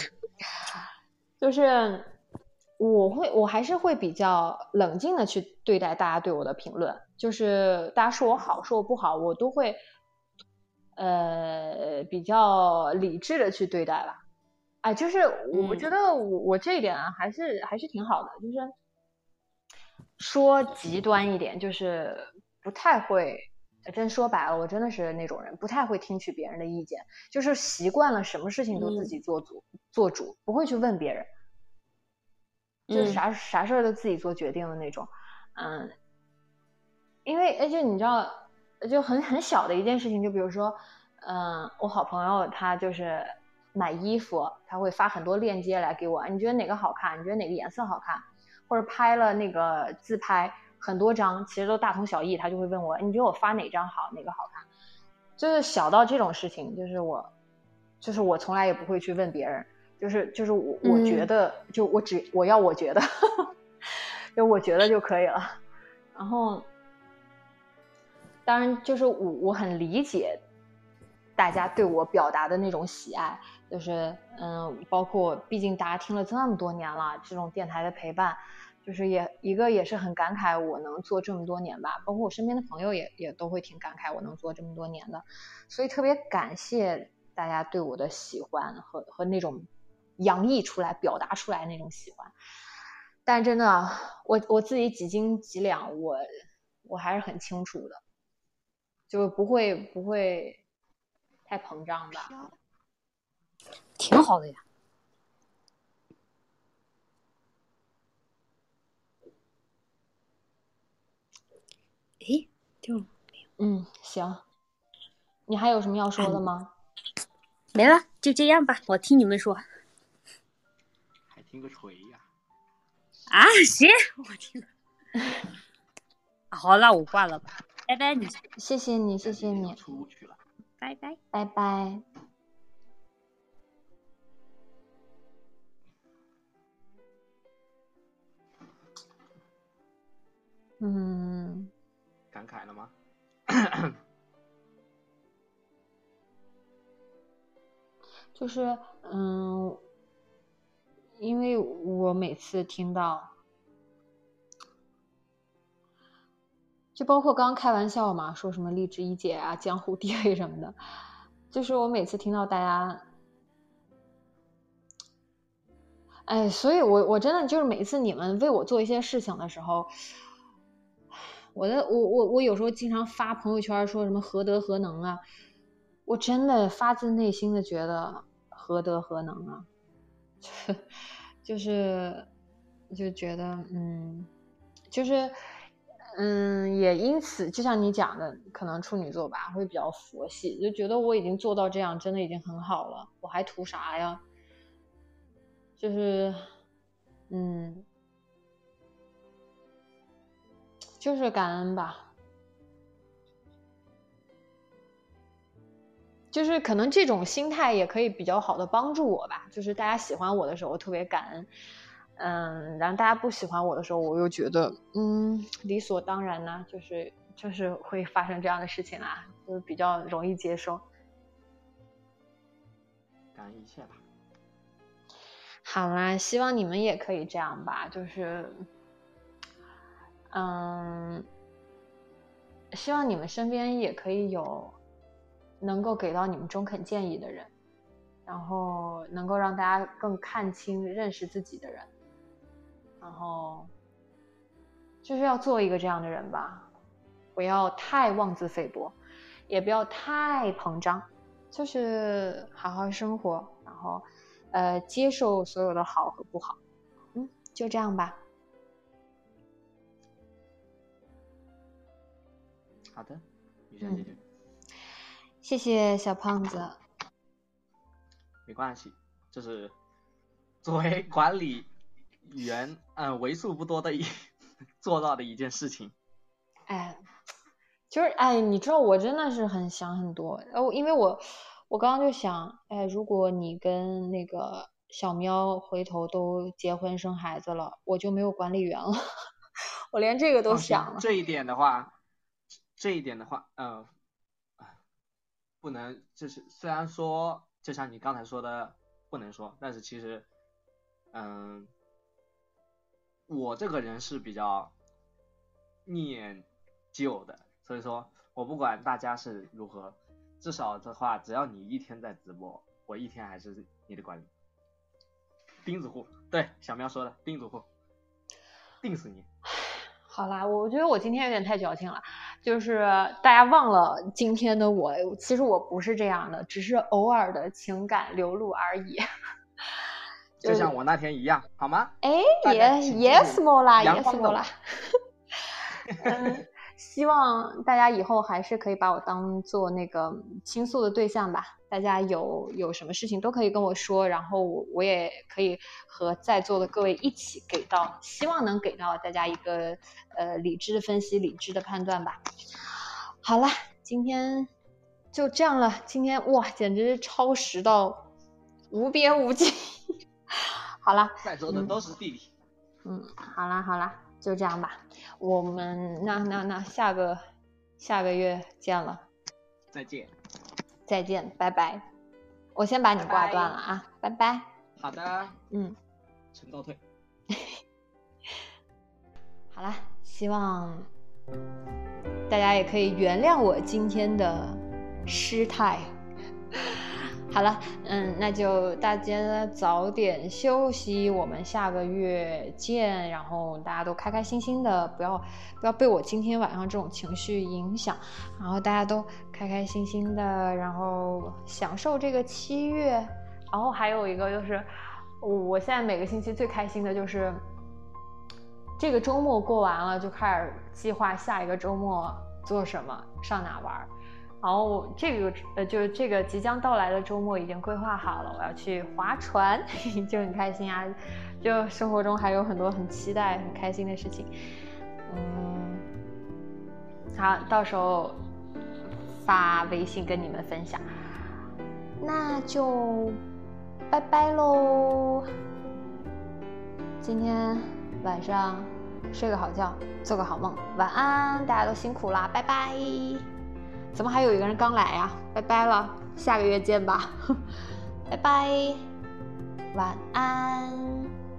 就是我还是会比较冷静的去对待大家对我的评论，就是大家说我好说我不好，我都会比较理智的去对待吧。哎，就是我觉得我这一点还是挺好的，就是说极端一点，就是不太会，真说白了，我真的是那种人，不太会听取别人的意见，就是习惯了什么事情都自己做主，不会去问别人，就是啥事儿都自己做决定的那种。因为而且你知道，就很小的一件事情，就比如说我好朋友他就是买衣服，他会发很多链接来给我，你觉得哪个好看，你觉得哪个颜色好看，或者拍了那个自拍很多张，其实都大同小异，他就会问我你觉得我发哪张好，哪个好看，就是小到这种事情，就是我从来也不会去问别人，就是我觉得就我要我觉得就我觉得就可以了。然后当然就是我很理解大家对我表达的那种喜爱，就是包括毕竟大家听了这么多年了，这种电台的陪伴，就是也是很感慨我能做这么多年吧，包括我身边的朋友也都会挺感慨我能做这么多年的，所以特别感谢大家对我的喜欢和那种洋溢出来表达出来那种喜欢。但真的我自己几斤几两我还是很清楚的，就不会太膨胀吧， 挺好的呀。诶，就行，你还有什么要说的吗？ 没了，就这样吧，我听你们说。 还听个锤呀！ 啊，行，我听了。好，那我挂了吧，拜拜你。 谢谢你，谢谢你。 出去了， 拜拜， 拜拜。 感慨了吗？ 就是因为我每次听到，就包括刚刚开玩笑嘛，说什么励志一姐啊、江湖地位什么的，就是我每次听到大家，哎，所以我真的就是每一次你们为我做一些事情的时候，我有时候经常发朋友圈说什么何德何能啊，我真的发自内心的觉得何德何能啊，就觉得就是也因此就像你讲的，可能处女座吧会比较佛系，就觉得我已经做到这样真的已经很好了，我还图啥呀？就是就是感恩吧，就是可能这种心态也可以比较好的帮助我吧，就是大家喜欢我的时候特别感恩，然后大家不喜欢我的时候，我又觉得理所当然呢，就是会发生这样的事情啦，就是比较容易接受。 感恩一切吧。 好啦，希望你们也可以这样吧，就是希望你们身边也可以有能够给到你们中肯建议的人，然后能够让大家更看清认识自己的人，然后就是要做一个这样的人吧，不要太妄自菲薄，也不要太膨胀，就是好好生活，然后接受所有的好和不好，就这样吧。 好的，雨轩姐姐， 谢谢小胖子。 没关系，就是作为管理员，为数不多的做到的一件事情。 就是你知道我真的是很想很多，因为我刚刚就想，如果你跟那个小喵回头都结婚生孩子了，我就没有管理员了，我连这个都想了。 这一点的话，不能，就是虽然说就像你刚才说的不能说，但是其实我这个人是比较念旧的，所以说我不管大家是如何，至少的话只要你一天在直播，我一天还是你的管理钉子户。对，小喵说的钉子户，定死你。 好啦，我觉得我今天有点太矫情了，就是大家忘了今天的我，其实我不是这样的，只是偶尔的情感流露而已。 就像我那天一样，好吗？ 也什么啦，也什么啦。希望大家以后还是可以把我当做那个倾诉的对象吧，大家有什么事情都可以跟我说，然后我也可以和在座的各位一起给到，希望能给到大家一个理智的分析、理智的判断吧。好了，今天就这样了，今天哇简直是超时到无边无际。好啦， 在座的都是弟弟。 好啦，就这样吧，我们那下个月见了， 再见， 拜拜。我先把你挂断了啊，拜拜。 好的，请倒退。 好啦，希望大家也可以原谅我今天的失态。好了，那就大家早点休息，我们下个月见，然后大家都开开心心的，不要被我今天晚上这种情绪影响，然后大家都开开心心的，然后享受这个7月。然后还有一个就是我现在每个星期最开心的就是这个周末过完了，就开始计划下一个周末做什么，上哪玩。 然后就是这个即将到来的周末已经规划好了，我要去划船，就很开心啊！就生活中还有很多很期待、很开心的事情。好，到时候发微信跟你们分享。那就拜拜喽！今天晚上睡个好觉，做个好梦，晚安！大家都辛苦啦，拜拜！怎么还有一个人刚来呀？拜拜了，下个月见吧，拜拜，晚安。